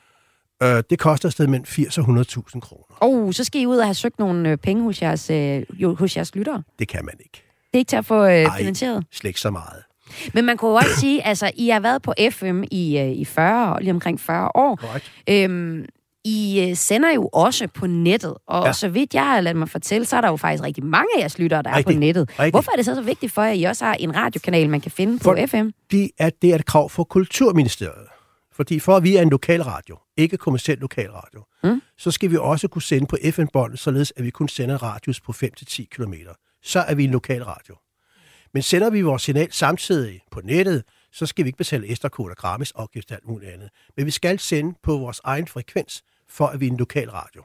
Det koster et sted mellem 80 og 100.000 kroner. Så skal I ud og have søgt nogle penge hos jeres lyttere? Det kan man ikke. Det er ikke til at få finansieret? Slet ikke så meget. Men man kunne også sige, altså, I har været på FM i 40, lige omkring 40 år. Korrekt. I sender jo også på nettet, og så vidt jeg har ladet mig fortælle, så er der jo faktisk rigtig mange af jeres lyttere, der er på nettet. Hvorfor er det så vigtigt for jer, at I også har en radiokanal, man kan finde på FM? Det er et krav for Kulturministeriet. Fordi for at vi er en lokalradio, ikke kommerciel lokalradio, så skal vi også kunne sende på FM-båndet, således at vi kun sender radius på 5-10 km. Så er vi en lokalradio. Men sender vi vores signal samtidig på nettet, så skal vi ikke betale ekstrakoder, gratis afgift og alt muligt andet. Men vi skal sende på vores egen frekvens, for at vi er en lokalradio.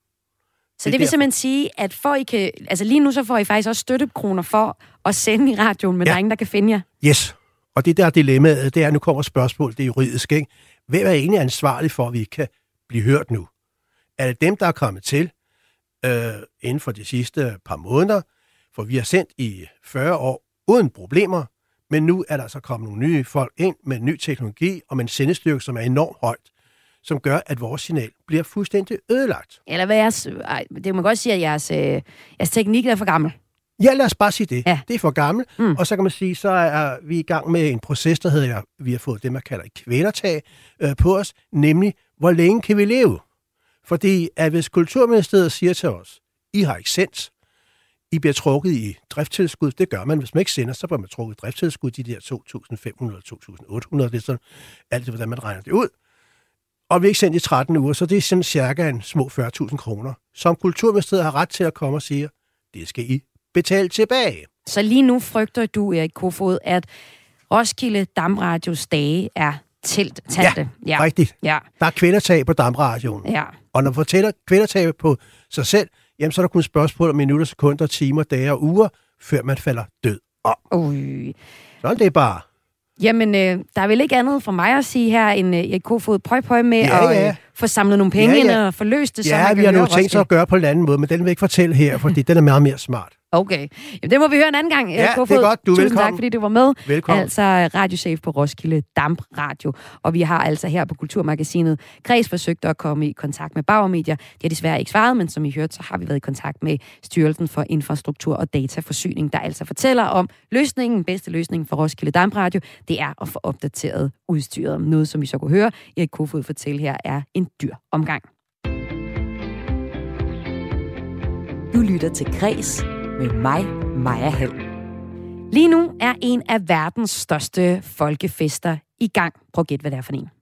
Så det vil simpelthen sige, at for I kan, altså lige nu så får I faktisk også støttekroner for at sende i radioen, men der er ingen, der kan finde jer. Yes. Og det der dilemmaet, det er, nu kommer spørgsmål, det er juridisk, ikke? Hvem er egentlig ansvarlig for, at vi kan blive hørt nu? Er det dem, der er kommet til inden for de sidste par måneder? For vi har sendt i 40 år uden problemer, men nu er der så kommet nogle nye folk ind med ny teknologi og med en sendestyrke, som er enormt højt, som gør, at vores signal bliver fuldstændig ødelagt. Eller det må godt sige, at jeres teknik er for gammel. Ja, lad os bare sige det. Ja. Det er for gammelt. Og så kan man sige, så er vi i gang med en proces, der hedder, vi har fået det, man kalder et kvælertag på os, nemlig, hvor længe kan vi leve? Fordi at hvis Kulturministeriet siger til os, I har ikke sendt, I bliver trukket i driftstilskud, det gør man. Hvis man ikke sender, så bliver man trukket i driftstilskud, de der 2.500, 2.800, det er sådan alt det, hvordan man regner det ud. Og vi er ikke sendt i 13 uger, så det er sådan cirka en små 40.000 kroner, som Kulturministeriet har ret til at komme og sige, det skal I betale tilbage. Så lige nu frygter du, Erik Kofod, at Roskilde DAMP-radios dage er talte. Ja, rigtigt. Ja. Der er kvælertag på DAMP-radioen. Ja. Og når man fortæller kvælertag på sig selv, jamen så er der kun spørgsmål om minutter, sekunder, timer, dage og uger, før man falder død om. Sådan det er bare. Jamen, der er vel ikke andet for mig at sige her, end Erik Kofod, prøv med at få samlet nogle penge ind og få løst det, så man kan vi har nogle ting, at gøre på en anden måde, men den vil jeg ikke fortælle her, fordi den er meget mere smart. Okay. Jamen, det må vi høre en anden gang, Erik Kofod. Det er godt. Du er velkommen. Tusind tak, fordi du var med. Velkommen. Altså radiochef på Roskilde DAMP Radio. Og vi har altså her på Kulturmagasinet Kreds forsøgt at komme i kontakt med Bauer Media. De har desværre ikke svaret, men som I hørte, så har vi været i kontakt med Styrelsen for Infrastruktur og Dataforsyning, der altså fortæller om bedste løsning for Roskilde DAMP Radio, det er at få opdateret udstyret. Noget, som vi så kunne høre Erik Kofod fortælle her, er en dyr omgang. Du lytter til Kreds med mig, Maja Hall. Lige nu er en af verdens største folkefester i gang. Prøv at gætte, hvad det er for en.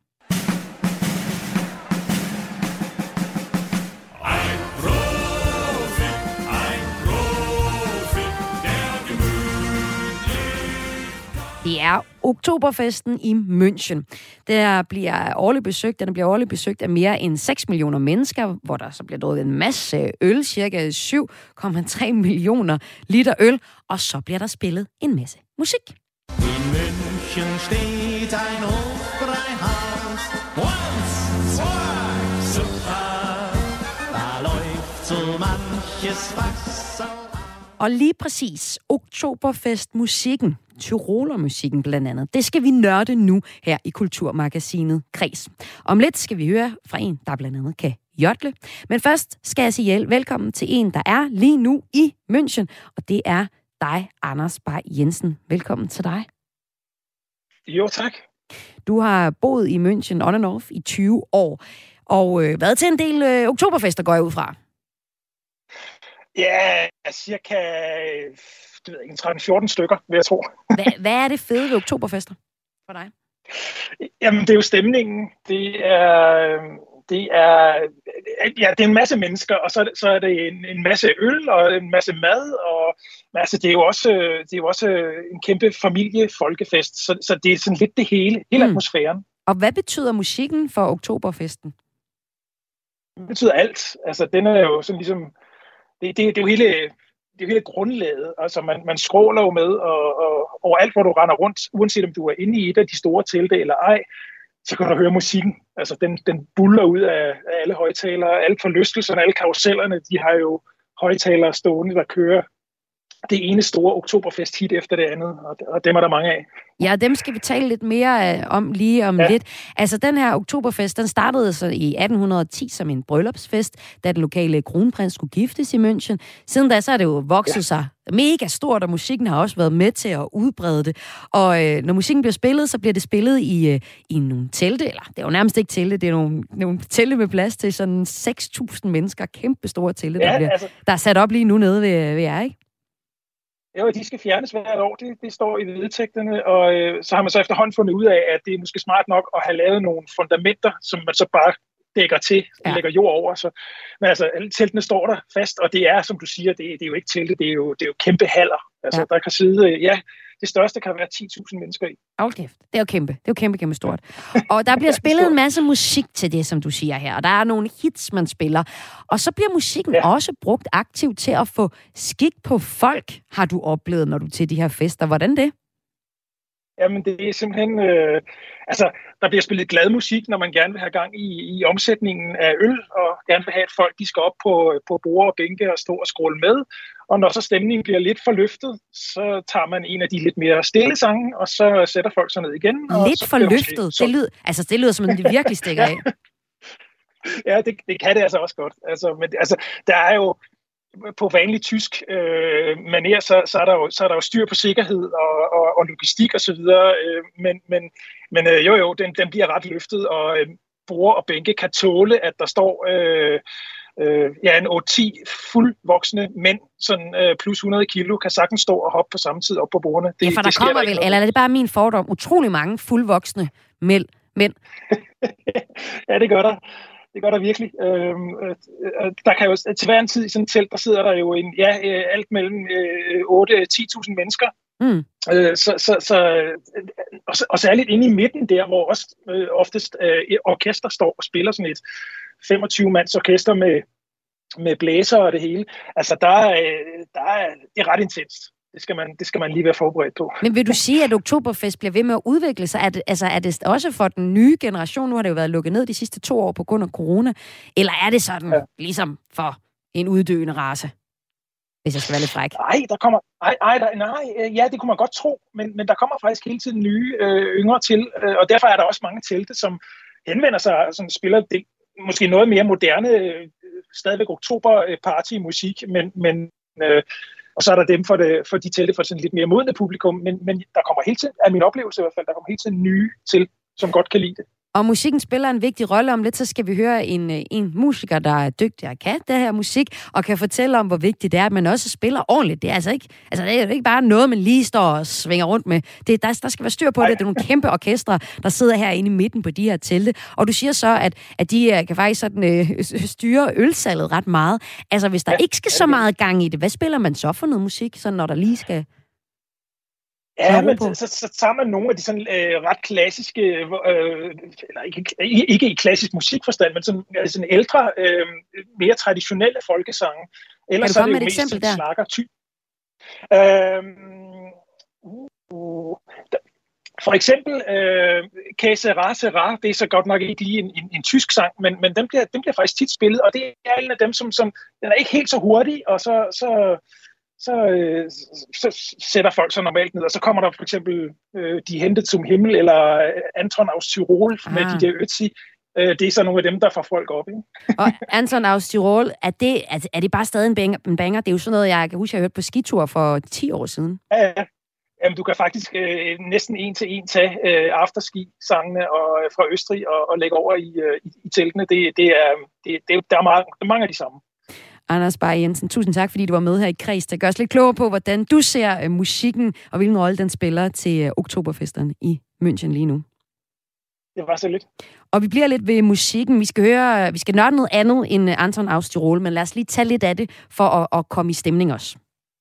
Det er Oktoberfesten i München. Den bliver årligt besøgt af mere end 6 millioner mennesker, hvor der så bliver drukket en masse øl, cirka 7,3 millioner liter øl, og så bliver der spillet en masse musik. In München steht ein Hofbräuhaus. Once, zwei, super. Da läuft so manches Wasser. Og lige præcis Oktoberfest-musikken, Tyroler-musikken blandt andet, det skal vi nørde nu her i Kulturmagasinet Kreds. Om lidt skal vi høre fra en, der blandt andet kan jodle. Men først skal jeg sige velkommen til en, der er lige nu i München, og det er dig, Anders Bay Jensen. Velkommen til dig. Jo, tak. Du har boet i München on and off i 20 år, og været til en del oktoberfester, går jeg ud fra. Ja, cirka 13-14 stykker, vil jeg tro. Hvad er det fede ved oktoberfester for dig? Jamen, det er jo stemningen. Det er en masse mennesker, og så er det en masse øl og en masse mad, og altså, det er jo også en kæmpe familie-folkefest, så det er sådan lidt det hele atmosfæren. Og hvad betyder musikken for oktoberfesten? Det betyder alt. Altså, den er jo sådan ligesom det er jo hele grundlaget. Altså, man skråler jo med, og overalt, hvor du render rundt, uanset om du er inde i et af de store telte eller ej, så kan du høre musikken. Altså, den buller ud af alle højtalere, alle forlystelserne, alle karusellerne, de har jo højtalere stående, der kører det ene store oktoberfest-hit efter det andet, og dem er der mange af. Ja, dem skal vi tale lidt mere om lige om lidt. Altså, den her oktoberfest, den startede så i 1810 som en bryllupsfest, da den lokale kronprins skulle giftes i München. Siden da, så er det jo vokset sig mega stort, og musikken har også været med til at udbrede det. Og når musikken bliver spillet, så bliver det spillet i nogle telte, eller det er jo nærmest ikke telte, det er nogle telte med plads til sådan 6.000 mennesker, kæmpe store telte, der er sat op lige nu nede ved jer, ikke? Jo, de skal fjernes hvert år. Det står i vedtægterne, og så har man så efterhånden fundet ud af, at det er måske smart nok at have lavet nogle fundamenter, som man så bare dækker til, lægger jord over. Så, men altså, alle teltene står der fast, og det er, som du siger, det er jo ikke telte, det er jo kæmpe haller. Altså, der kan sidde, det største kan være 10.000 mennesker i. Okay, det er jo kæmpe. Det er jo kæmpe stort. Og der bliver spillet en masse musik til det, som du siger her. Og der er nogle hits, man spiller. Og så bliver musikken også brugt aktivt til at få skik på folk, har du oplevet, når du er til de her fester. Hvordan det? Jamen, det er simpelthen... der bliver spillet glad musik, når man gerne vil have gang i omsætningen af øl, og gerne vil have, at folk de skal op på borde og bænke og stå og skråle med. Og når så stemningen bliver lidt forløftet, så tager man en af de lidt mere stille sange, og så sætter folk sig ned igen. Lidt forløftet? Det lyder som, at det virkelig stikker af. Ja, det kan det altså også godt. Men der er jo... På vanlig tysk manér, så er der jo styr på sikkerhed og logistik og så videre, men den bliver ret løftet, og borde og bænke kan tåle, at der står en 8-10 fuldvoksne mænd, sådan plus 100 kilo, kan sagtens stå og hoppe på samme tid op på bordene. For der kommer vel, eller er det bare min fordom, utrolig mange fuldvoksne mænd? Ja, det gør der. Det gør der virkelig. Der kan jo til hver en tid i sådan et telt, der sidder der jo alt mellem 8-10.000 mennesker. Og særligt inde i midten der, hvor også oftest orkester står og spiller sådan et 25-mands orkester med blæser og det hele. Altså, det er ret intenst. Det skal man lige være forberedt på. Men vil du sige, at Oktoberfest bliver ved med at udvikle sig? Er det også for den nye generation? Nu har det jo været lukket ned de sidste 2 år på grund af corona. Eller er det sådan, ligesom for en uddøende race? Hvis jeg skal være lidt fræk. Det kunne man godt tro. Men der kommer faktisk hele tiden nye yngre til. Og derfor er der også mange telte, som henvender sig, som spiller det måske noget mere moderne, stadigvæk oktober-party-musik, men og så er der dem for de telte for sådan lidt mere modne publikum, men der kommer hele tiden, af min oplevelse i hvert fald, der kommer hele tiden nye til, som godt kan lide det. Og musikken spiller en vigtig rolle. Om lidt, så skal vi høre en musiker, der er dygtig og kan det her musik, og kan fortælle om, hvor vigtigt det er, at man også spiller ordentligt. Det er det er ikke bare noget, man lige står og svinger rundt med. Der skal være styr på det. Det er nogle kæmpe orkestre, der sidder herinde i midten på de her telte. Og du siger så, at de kan faktisk sådan, styre ølsalget ret meget. Altså, hvis der ikke skal så meget gang i det, hvad spiller man så for noget musik, sådan når der lige skal... Ja, men så tager man nogle af de sådan ret klassiske, eller ikke i klassisk musikforstand, men sådan ældre, mere traditionelle folkesange. Ellers kan du komme med et eksempel der? Slagertyp. For eksempel Que sera, sera, det er så godt nok ikke lige en tysk sang, men den bliver faktisk tit spillet, og det er en af dem, som den er ikke helt så hurtig, og så sætter folk sig normalt ned, og så kommer der for eksempel De hentet zum Himmel, eller Anton aus Tirol med de der Ötzi. Det er så nogle af dem, der får folk op, ikke? Og Anton aus Tirol, er det bare stadig en banger? Det er jo sådan noget, jeg kan huske, jeg har hørt på skitur for 10 år siden. Ja. Jamen, du kan faktisk næsten en til en tage afterski-sangene fra Østrig og lægge over i teltene. Der er mange af de samme. Anders Bay Jensen, tusind tak, fordi du var med her i Kreds. Det gør os lidt klogere på, hvordan du ser musikken, og hvilken rolle den spiller til oktoberfesterne i München lige nu. Det var så lidt. Og vi bliver lidt ved musikken. Vi skal nørde noget andet end Anton aus Tirol, men lad os lige tage lidt af det for at komme i stemning også.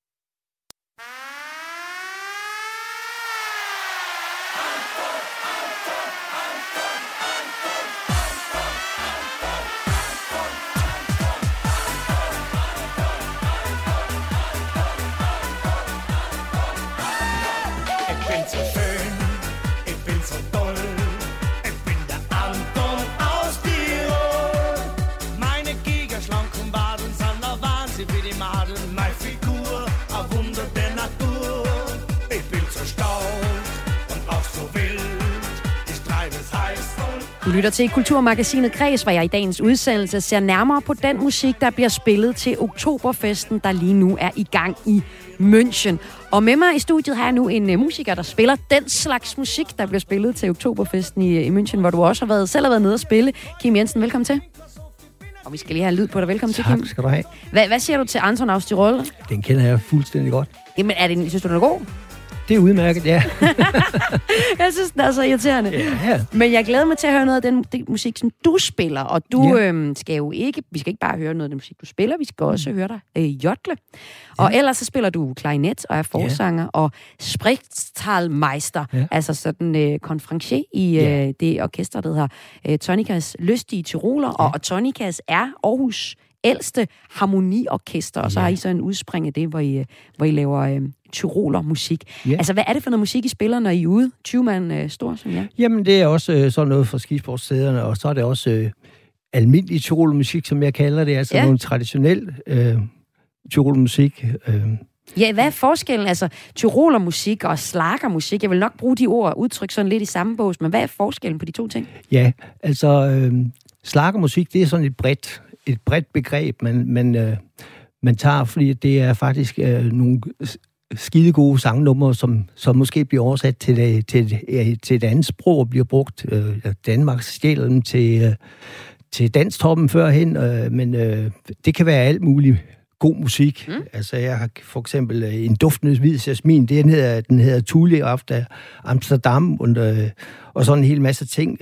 Du lytter til Kulturmagasinet Kreds, hvor jeg i dagens udsendelse ser nærmere på den musik, der bliver spillet til oktoberfesten, der lige nu er i gang i München. Og med mig i studiet har jeg nu en musiker, der spiller den slags musik, der bliver spillet til oktoberfesten i München, hvor du også selv har været nede og spille. Kim Jensen, velkommen til. Og vi skal lige have lyd på dig. Velkommen til, Kim. Tak skal du have. Hvad siger du til Anton aus Tirol? Den kender jeg fuldstændig godt. Jamen, synes du, den er god? Det er udmærket, ja. Jeg synes, den er så irriterende. Ja. Men jeg glæder mig til at høre noget af den musik, som du spiller. Og du skal jo ikke... Vi skal ikke bare høre noget af den musik, du spiller. Vi skal også høre dig jodle. Og ellers så spiller du klarinet og er forsanger og Sprechtalmeister. Altså sådan konferencier i det orkester, der hedder Tonikas Lystige Tiroler. Og Tonikas er Aarhus ældste harmoniorkester. Og så har I så en udspring af det, hvor I laver... tyrolermusik. Altså, hvad er det for noget musik, I spiller, når I er ude? 20 mand stor, som jeg? Jamen, det er også sådan noget fra skisportstederne, og så er det også almindelig tyrolermusik, som jeg kalder det. Altså nogle traditionel tyrolermusik. Ja, hvad er forskellen? Altså, tyrolermusik og slagermusik, jeg vil nok bruge de ord og udtryk sådan lidt i samme bås, men hvad er forskellen på de to ting? Ja, altså, slagermusik, det er sådan et bredt begreb, man tager, fordi det er faktisk nogle skide gode sangnumre, som måske bliver oversat til et andet sprog og bliver brugt. Danmark stjæler dem til danstoppen førhen, men det kan være alt muligt god musik. Altså, jeg har for eksempel en duftende hvid jasmin, den hedder Thule af Amsterdam, og sådan en hel masse ting.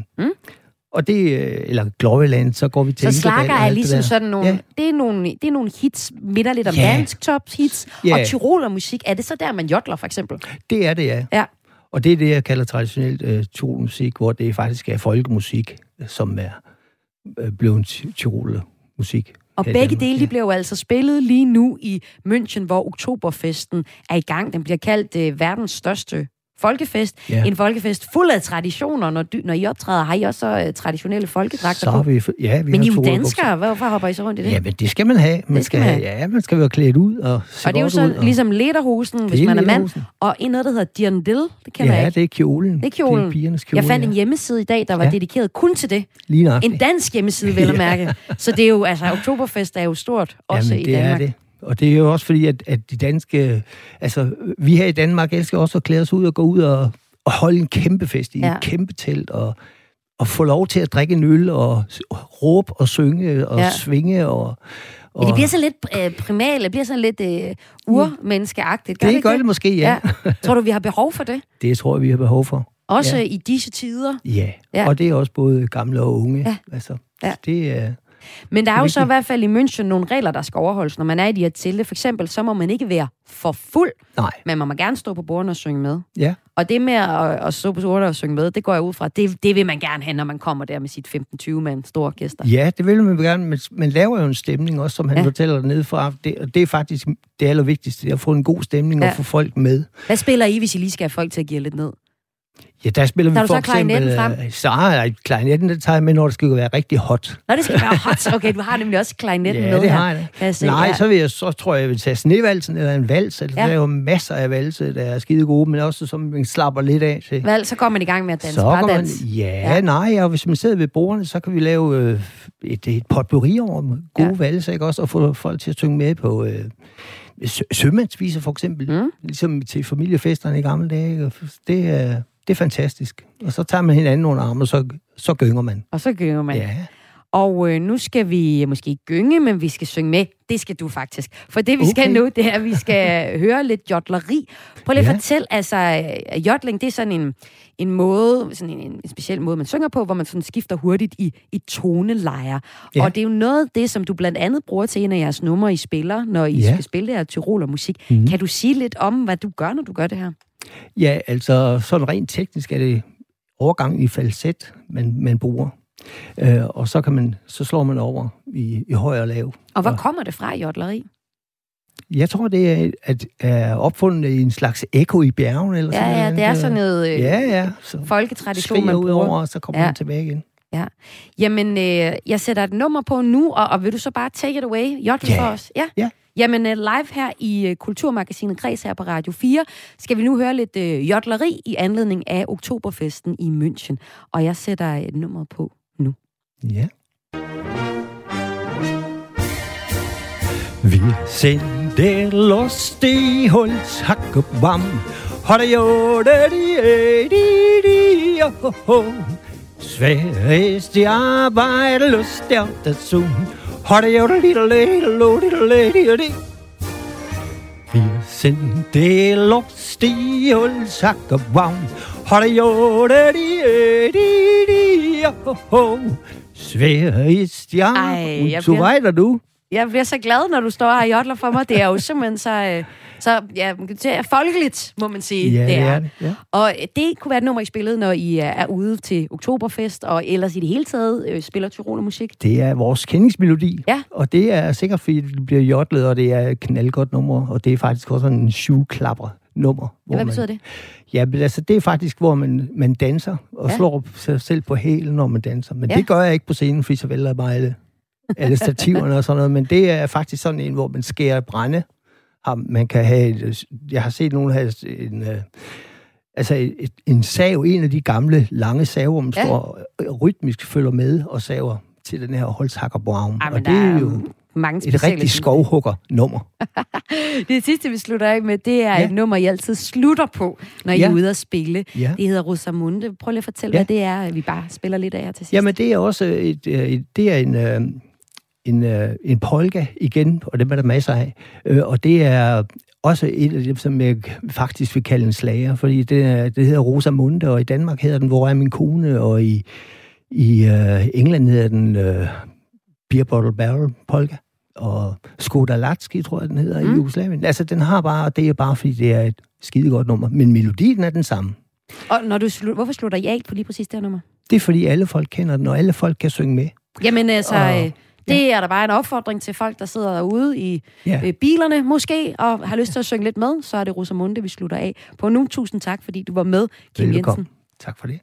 Og det, eller Gloryland, så går vi til... Så slager er ligesom sådan nogle... Det er nogle hits, midt lidt om dansk top hits, og tyrolermusik. Er det så der, man jodler, for eksempel? Det er det, ja. Og det er det, jeg kalder traditionelt tyrolermusik, hvor det faktisk er folkemusik, som er blevet tyrolermusik. Og begge dele, de bliver jo altså spillet lige nu i München, hvor oktoberfesten er i gang. Den bliver kaldt verdens største folkefest. En folkefest fuld af traditioner. Når I optræder, har I også traditionelle folkedragter på? Vi men I er jo danskere. Hvorfor hopper I så rundt i det? Ja, men det skal man have. Man skal være klædt ud og se og det er jo så ligesom lederhosen, hvis man er mand. Og noget, der hedder dirndl. Det kender jeg ikke. Det er kjolen. Det er kjolen. Det er pigernes kjole, jeg fandt en hjemmeside i dag, der var dedikeret kun til det. Lige nok. En dansk hjemmeside, vel at mærke. Så det er jo, altså, oktoberfest er jo stort, også i Danmark. Det er det. Og det er jo også fordi, at de danske... Altså, vi her i Danmark elsker også at klæde os ud og gå ud og holde en kæmpe fest i et kæmpe telt, og få lov til at drikke en øl, og råbe og synge og svinge. Og det bliver så lidt primalt, det bliver så lidt urmenneskeagtigt. Det gør det måske, ja. Tror du, vi har behov for det? Det tror jeg, vi har behov for. Også i disse tider? Ja, og det er også både gamle og unge. Altså, det er... Men der er jo så i hvert fald i München nogle regler, der skal overholdes, når man er i de her telte. For eksempel, så må man ikke være for fuld, men man må gerne stå på bordene og synge med. Ja. Og det med at stå på bordene og synge med, det går jeg ud fra, det vil man gerne have, når man kommer der med sit 15-20 mand store orkester. Ja, det vil man gerne, men man laver jo en stemning også, som han fortæller dernede fra. Og det er faktisk det allervigtigste, at få en god stemning og få folk med. Hvad spiller I, hvis I lige skal have folk til at give lidt ned? Ja, der spiller vi for eksempel... Så er klarinetten, det tager jeg med, når det skal være rigtig hot. Nå, det skal være hot. Okay, du har nemlig også klarinetten med her. Ja, det har jeg. Nej, så tror jeg vil tage snevalsen eller en vals. Altså, der er jo masser af valse, der er skide gode, men også som man slapper lidt af til. Vel, så kommer man i gang med at danse. Og hvis man sidder ved bordene, så kan vi lave et potpourri over gode valse, ikke også? Og få folk til at synge med på... sømandsviser for eksempel, ligesom til familiefesterne i gamle dage. Det er fantastisk. Og så tager man hinanden under armen, og så gynger man. Og så gynger man. Ja. Og nu skal vi måske ikke gynge, men vi skal synge med. Det skal du faktisk. For det, vi skal nu, det er, at vi skal høre lidt jodleri. Prøv lige at fortælle, altså, jodling, det er sådan en måde, sådan en speciel måde, man synger på, hvor man sådan skifter hurtigt i tonelejer. Ja. Og det er jo noget af det, som du blandt andet bruger til en af jeres numre, I spiller, når I skal spille det her Tyroler musik. Kan du sige lidt om, hvad du gør, når du gør det her? Ja, altså sådan rent teknisk er det overgangen i falset, man bruger. Og så slår man over i høj og lav. Og hvor kommer det fra, jodleri? Jeg tror, det er opfundet i en slags ekko i bjergene. Eller sådan noget. Det er sådan noget folketradition, man bruger. Skriger ud over, og så kommer man tilbage igen. Ja. Jamen, jeg sætter et nummer på nu, og vil du så bare take it away, jodle for os? Ja. Jamen, live her i Kulturmagasinet Kreds her på Radio 4, skal vi nu høre lidt jodleri i anledning af Oktoberfesten i München. Og jeg sætter et nummer på nu. Ja. Vi sind der lustige Holzhackebaum, har det jo Svær ist die Arbeit, lustig auf dazu. Wir sind die lustige Holzhackebaum, Svær ist die Arbeit. Så vejder du. Jeg bliver så glad, når du står her og jodler for mig. Det er jo simpelthen så det er folkeligt, må man sige. Ja, det er det. Ja. Og det kunne være et nummer, I spillede, når I er ude til Oktoberfest, og ellers i det hele taget spiller Tyroler musik. Det er vores kendingsmelodi, og det er sikkert, fordi det bliver jodlet, og det er et knaldgodt nummer, og det er faktisk også en syvklapper nummer. Hvad betyder det? Ja, men altså, det er faktisk, hvor man danser, og slår sig selv på hælen, når man danser. Men det gør jeg ikke på scenen, fordi så vælger jeg bare alle stativerne og sådan noget, men det er faktisk sådan en, hvor man skærer brænde. Man kan have jeg har set nogen have en sav, en af de gamle, lange saver, hvor man står rytmisk følger med og saver til den her Holzhackebaum. Og det er jo et rigtig skovhugger-nummer. Det sidste, vi slutter af med, det er et nummer, I altid slutter på, når I er ude at spille. Ja. Det hedder Rosamunde. Prøv lige at fortælle, hvad det er, vi bare spiller lidt af her til sidst. Jamen, det er også en polka igen, og det er der masser af. Og det er også et af dem, som jeg faktisk vil kalde en slager, fordi det hedder Rosamunde, og i Danmark hedder den Hvor er min kone, og i England hedder den Beer Bottle Barrel polka, og Skoda Latski, tror jeg, den hedder i Jugoslavien. Altså, den har bare, og det er bare, fordi det er et skidegodt nummer, men melodien er den samme. Og hvorfor slutter I af på lige præcis det her nummer? Det er, fordi alle folk kender den, og alle folk kan synge med. Jamen, altså... Det er der bare en opfordring til folk, der sidder derude i bilerne måske, og har lyst til at synge lidt med, så er det Rosamunde, vi slutter af på nu. Tusind tak, fordi du var med, Kim Jensen. Tak for det.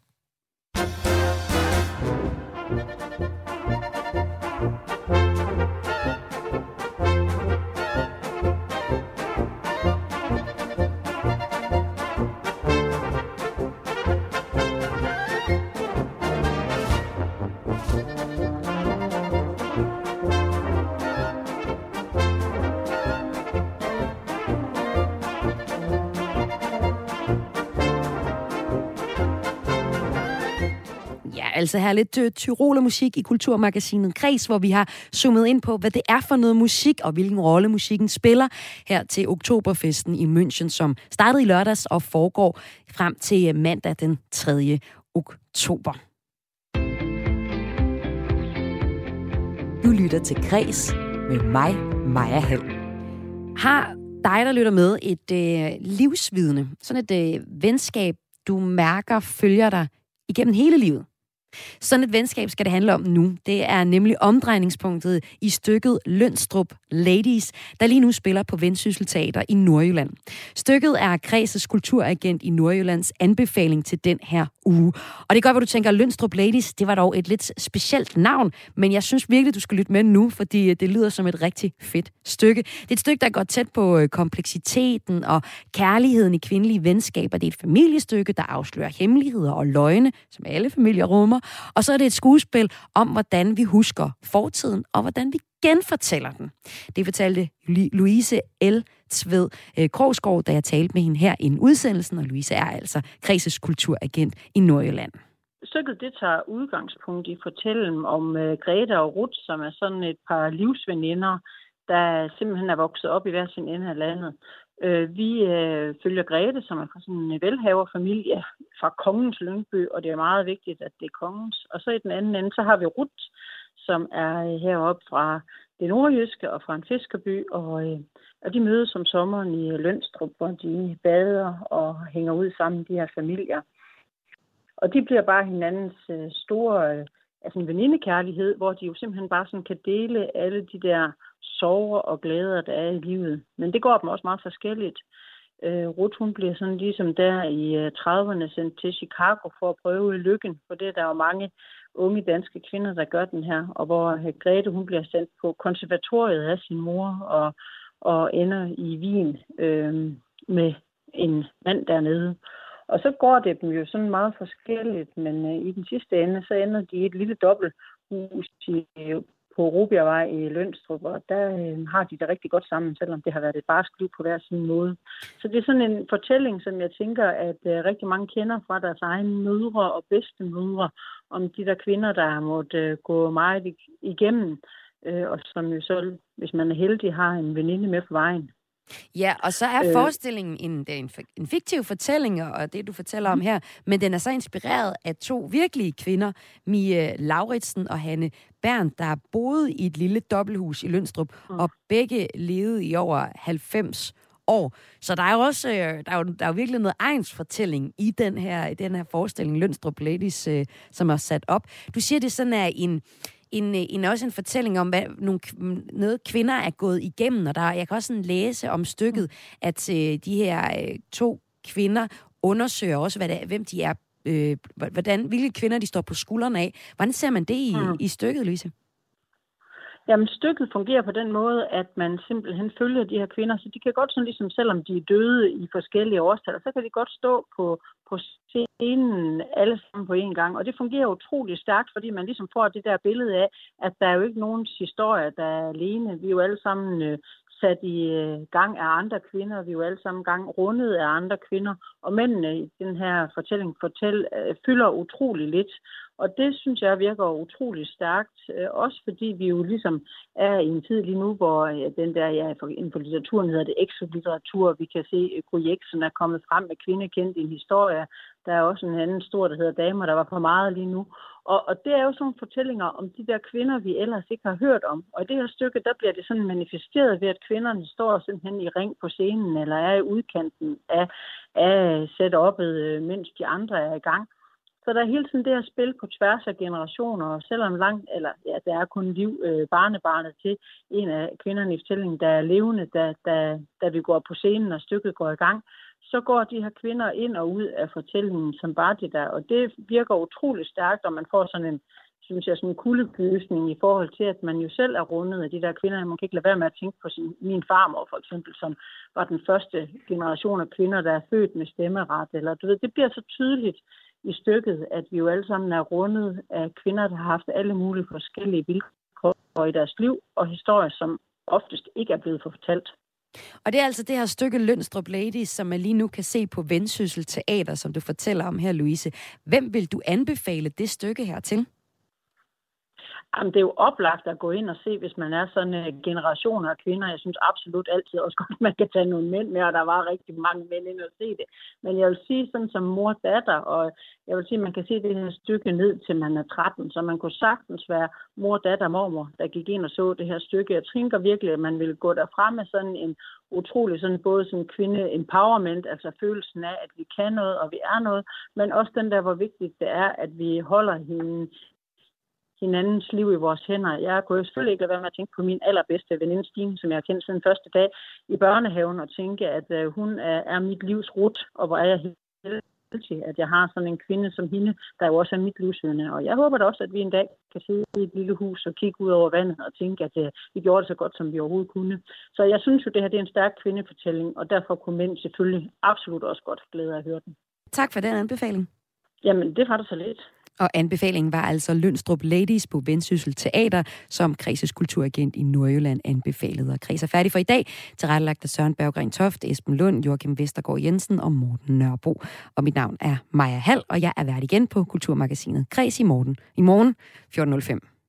Altså her lidt Tyroler musik i Kulturmagasinet Kreds, hvor vi har zoomet ind på, hvad det er for noget musik, og hvilken rolle musikken spiller her til Oktoberfesten i München, som startede i lørdags og foregår frem til mandag den 3. oktober. Du lytter til Græs med mig, Maja Hall. Har dig, der lytter med, et livsvidne, sådan et venskab, du mærker følger dig igennem hele livet? Sådan et venskab skal det handle om nu. Det er nemlig omdrejningspunktet i stykket Lønstrup Ladies, der lige nu spiller på Vendsyssel Teater i Nordjylland. Stykket er Græs' kulturagent i Nordjyllands anbefaling til den her uge. Og det er godt, at du tænker, Lønstrup Ladies, det var dog et lidt specielt navn, men jeg synes virkelig, du skal lytte med nu, fordi det lyder som et rigtig fedt stykke. Det er et stykke, der går tæt på kompleksiteten og kærligheden i kvindelige venskaber. Det er et familiestykke, der afslører hemmeligheder og løgne, som alle familier rummer. Og så er det et skuespil om, hvordan vi husker fortiden, og hvordan vi genfortæller den. Det fortalte Louise L. Tved Krogsgaard, da jeg talte med hende her i udsendelsen, og Louise er altså Græs' kulturagent i Nordjylland. Stykket det tager udgangspunkt i fortællingen om Grete og Ruth, som er sådan et par livsveninder, der simpelthen er vokset op i hver sin ende af landet. Vi følger Grete, som er fra sådan en velhaverfamilie fra Kongens Lyngby, og det er meget vigtigt, at det er kongens. Og så i den anden ende, så har vi Ruth, som er heroppe fra det nordjyske og fra en fiskerby, og de mødes om sommeren i Lønstrup, hvor de bader og hænger ud sammen, de her familier. Og de bliver bare hinandens store en venindekærlighed, hvor de jo simpelthen bare sådan kan dele alle de der sorger og glæder, der er i livet. Men det går dem også meget forskelligt. Ruth, hun bliver sådan ligesom der i 30'erne sendt til Chicago for at prøve lykken, for det er der jo mange unge danske kvinder, der gør den her, og hvor Grete, hun bliver sendt på konservatoriet af sin mor og ender i Wien med en mand dernede. Og så går det dem jo sådan meget forskelligt, men i den sidste ende, så ender de i et lille dobbelthus på Rubjergvej i Lønstrup, og der har de det rigtig godt sammen, selvom det har været et barsk liv på hver sin måde. Så det er sådan en fortælling, som jeg tænker, at rigtig mange kender fra deres egne mødre og bedstemødre, om de der kvinder, der har måttet gå meget igennem, og som jo så, hvis man er heldig, har en veninde med på vejen. Ja, og så er forestillingen en fiktiv fortælling, og det du fortæller om her, men den er så inspireret af to virkelige kvinder, Mie Lauritsen og Hanne Berndt, der boede i et lille dobbelthus i Lønstrup, og begge levede i over 90 år. Så der er jo også der er jo virkelig noget egnsfortælling i den her forestilling, Lønstrup Ladies, som er sat op. Du siger, det sådan er også en fortælling om, hvad noget kvinder er gået igennem, og jeg kan også sådan læse om stykket, at de her to kvinder undersøger også, hvem de er, hvilke kvinder de står på skuldrene af. Hvordan ser man det i stykket, Louise? Jamen, stykket fungerer på den måde, at man simpelthen følger de her kvinder, så de kan godt sådan ligesom, selvom de er døde i forskellige årstal, så kan de godt stå på scenen alle sammen på én gang. Og det fungerer utrolig stærkt, fordi man ligesom får det der billede af, at der er jo ikke nogens historie, der er alene. Vi er jo alle sammen sat i gang af andre kvinder, vi er jo alle sammen rundet af andre kvinder, og mændene i den her fortælling fylder utrolig lidt. Og det synes jeg virker utrolig stærkt, også fordi vi jo ligesom er i en tid lige nu, hvor den der, inden for litteraturen hedder det exolitteratur, vi kan se Gry Jexen er kommet frem med kvindekendt i en historie. Der er også en anden stor, der hedder Damer, der var for meget lige nu. Og det er jo sådan fortællinger om de der kvinder, vi ellers ikke har hørt om. Og i det her stykke, der bliver det sådan manifesteret ved, at kvinderne står simpelthen i ring på scenen, eller er i udkanten af setup'et, mens de andre er i gang. Så der er hele tiden det her spil på tværs af generationer, og selvom der er kun barnebarnet til en af kvinderne i fortællingen, der er levende, da vi går på scenen, og stykket går i gang, så går de her kvinder ind og ud af fortællingen som bare det der, og det virker utrolig stærkt, og man får sådan en, synes jeg, sådan en kuldegysning i forhold til, at man jo selv er rundet af de der kvinder. Man kan ikke lade være med at tænke på min farmor, for eksempel, som var den første generation af kvinder, der er født med stemmeret, eller du ved, det bliver så tydeligt i stykket, at vi jo alle sammen er rundet af kvinder, der har haft alle mulige forskellige vilkår i deres liv, og historier, som oftest ikke er blevet fortalt. Og det er altså det her stykke Lønstrup Ladies, som man lige nu kan se på Vendsyssel Teater, som du fortæller om her, Louise. Hvem vil du anbefale det stykke her til? Jamen, det er jo oplagt at gå ind og se, hvis man er sådan en generation af kvinder. Jeg synes absolut altid også godt, at man kan tage nogle mænd med, og der var rigtig mange mænd ind og se det. Men jeg vil sige sådan som mor-datter, og jeg vil sige, at man kan se det her stykke ned til man er 13, så man kunne sagtens være mor-datter-mormor, der gik ind og så det her stykke. Jeg tænker virkelig, at man ville gå derfra med sådan en utrolig sådan både sådan kvinde-empowerment, altså følelsen af, at vi kan noget, og vi er noget, men også den der, hvor vigtigt det er, at vi holder hinandens liv i vores hænder. Jeg kunne jo selvfølgelig ikke lade være med at tænke på min allerbedste veninde Stine, som jeg har kendt siden første dag i børnehaven, og tænke, at hun er mit livs rut, og hvor er jeg heldig, at jeg har sådan en kvinde som hende, der jo også er mit livsveninde. Og jeg håber da også, at vi en dag kan sidde i et lille hus og kigge ud over vandet og tænke, at vi gjorde det så godt, som vi overhovedet kunne. Så jeg synes jo, det her det er en stærk kvindefortælling, og derfor kunne mænd selvfølgelig absolut også godt glæde af at høre den. Tak for den anbefaling. Jamen, det var det så lidt. Og anbefalingen var altså Lønstrup Ladies på Vendsyssel Teater, som Kredses kulturagent i Nordjylland anbefalede. Og Kreds er færdig for i dag. Tilrettelagt af Søren Berggren Toft, Esben Lund, Joachim Vestergaard Jensen og Morten Nørbo. Og mit navn er Maja Hall, og jeg er vært igen på Kulturmagasinet Kreds i morgen 14.05.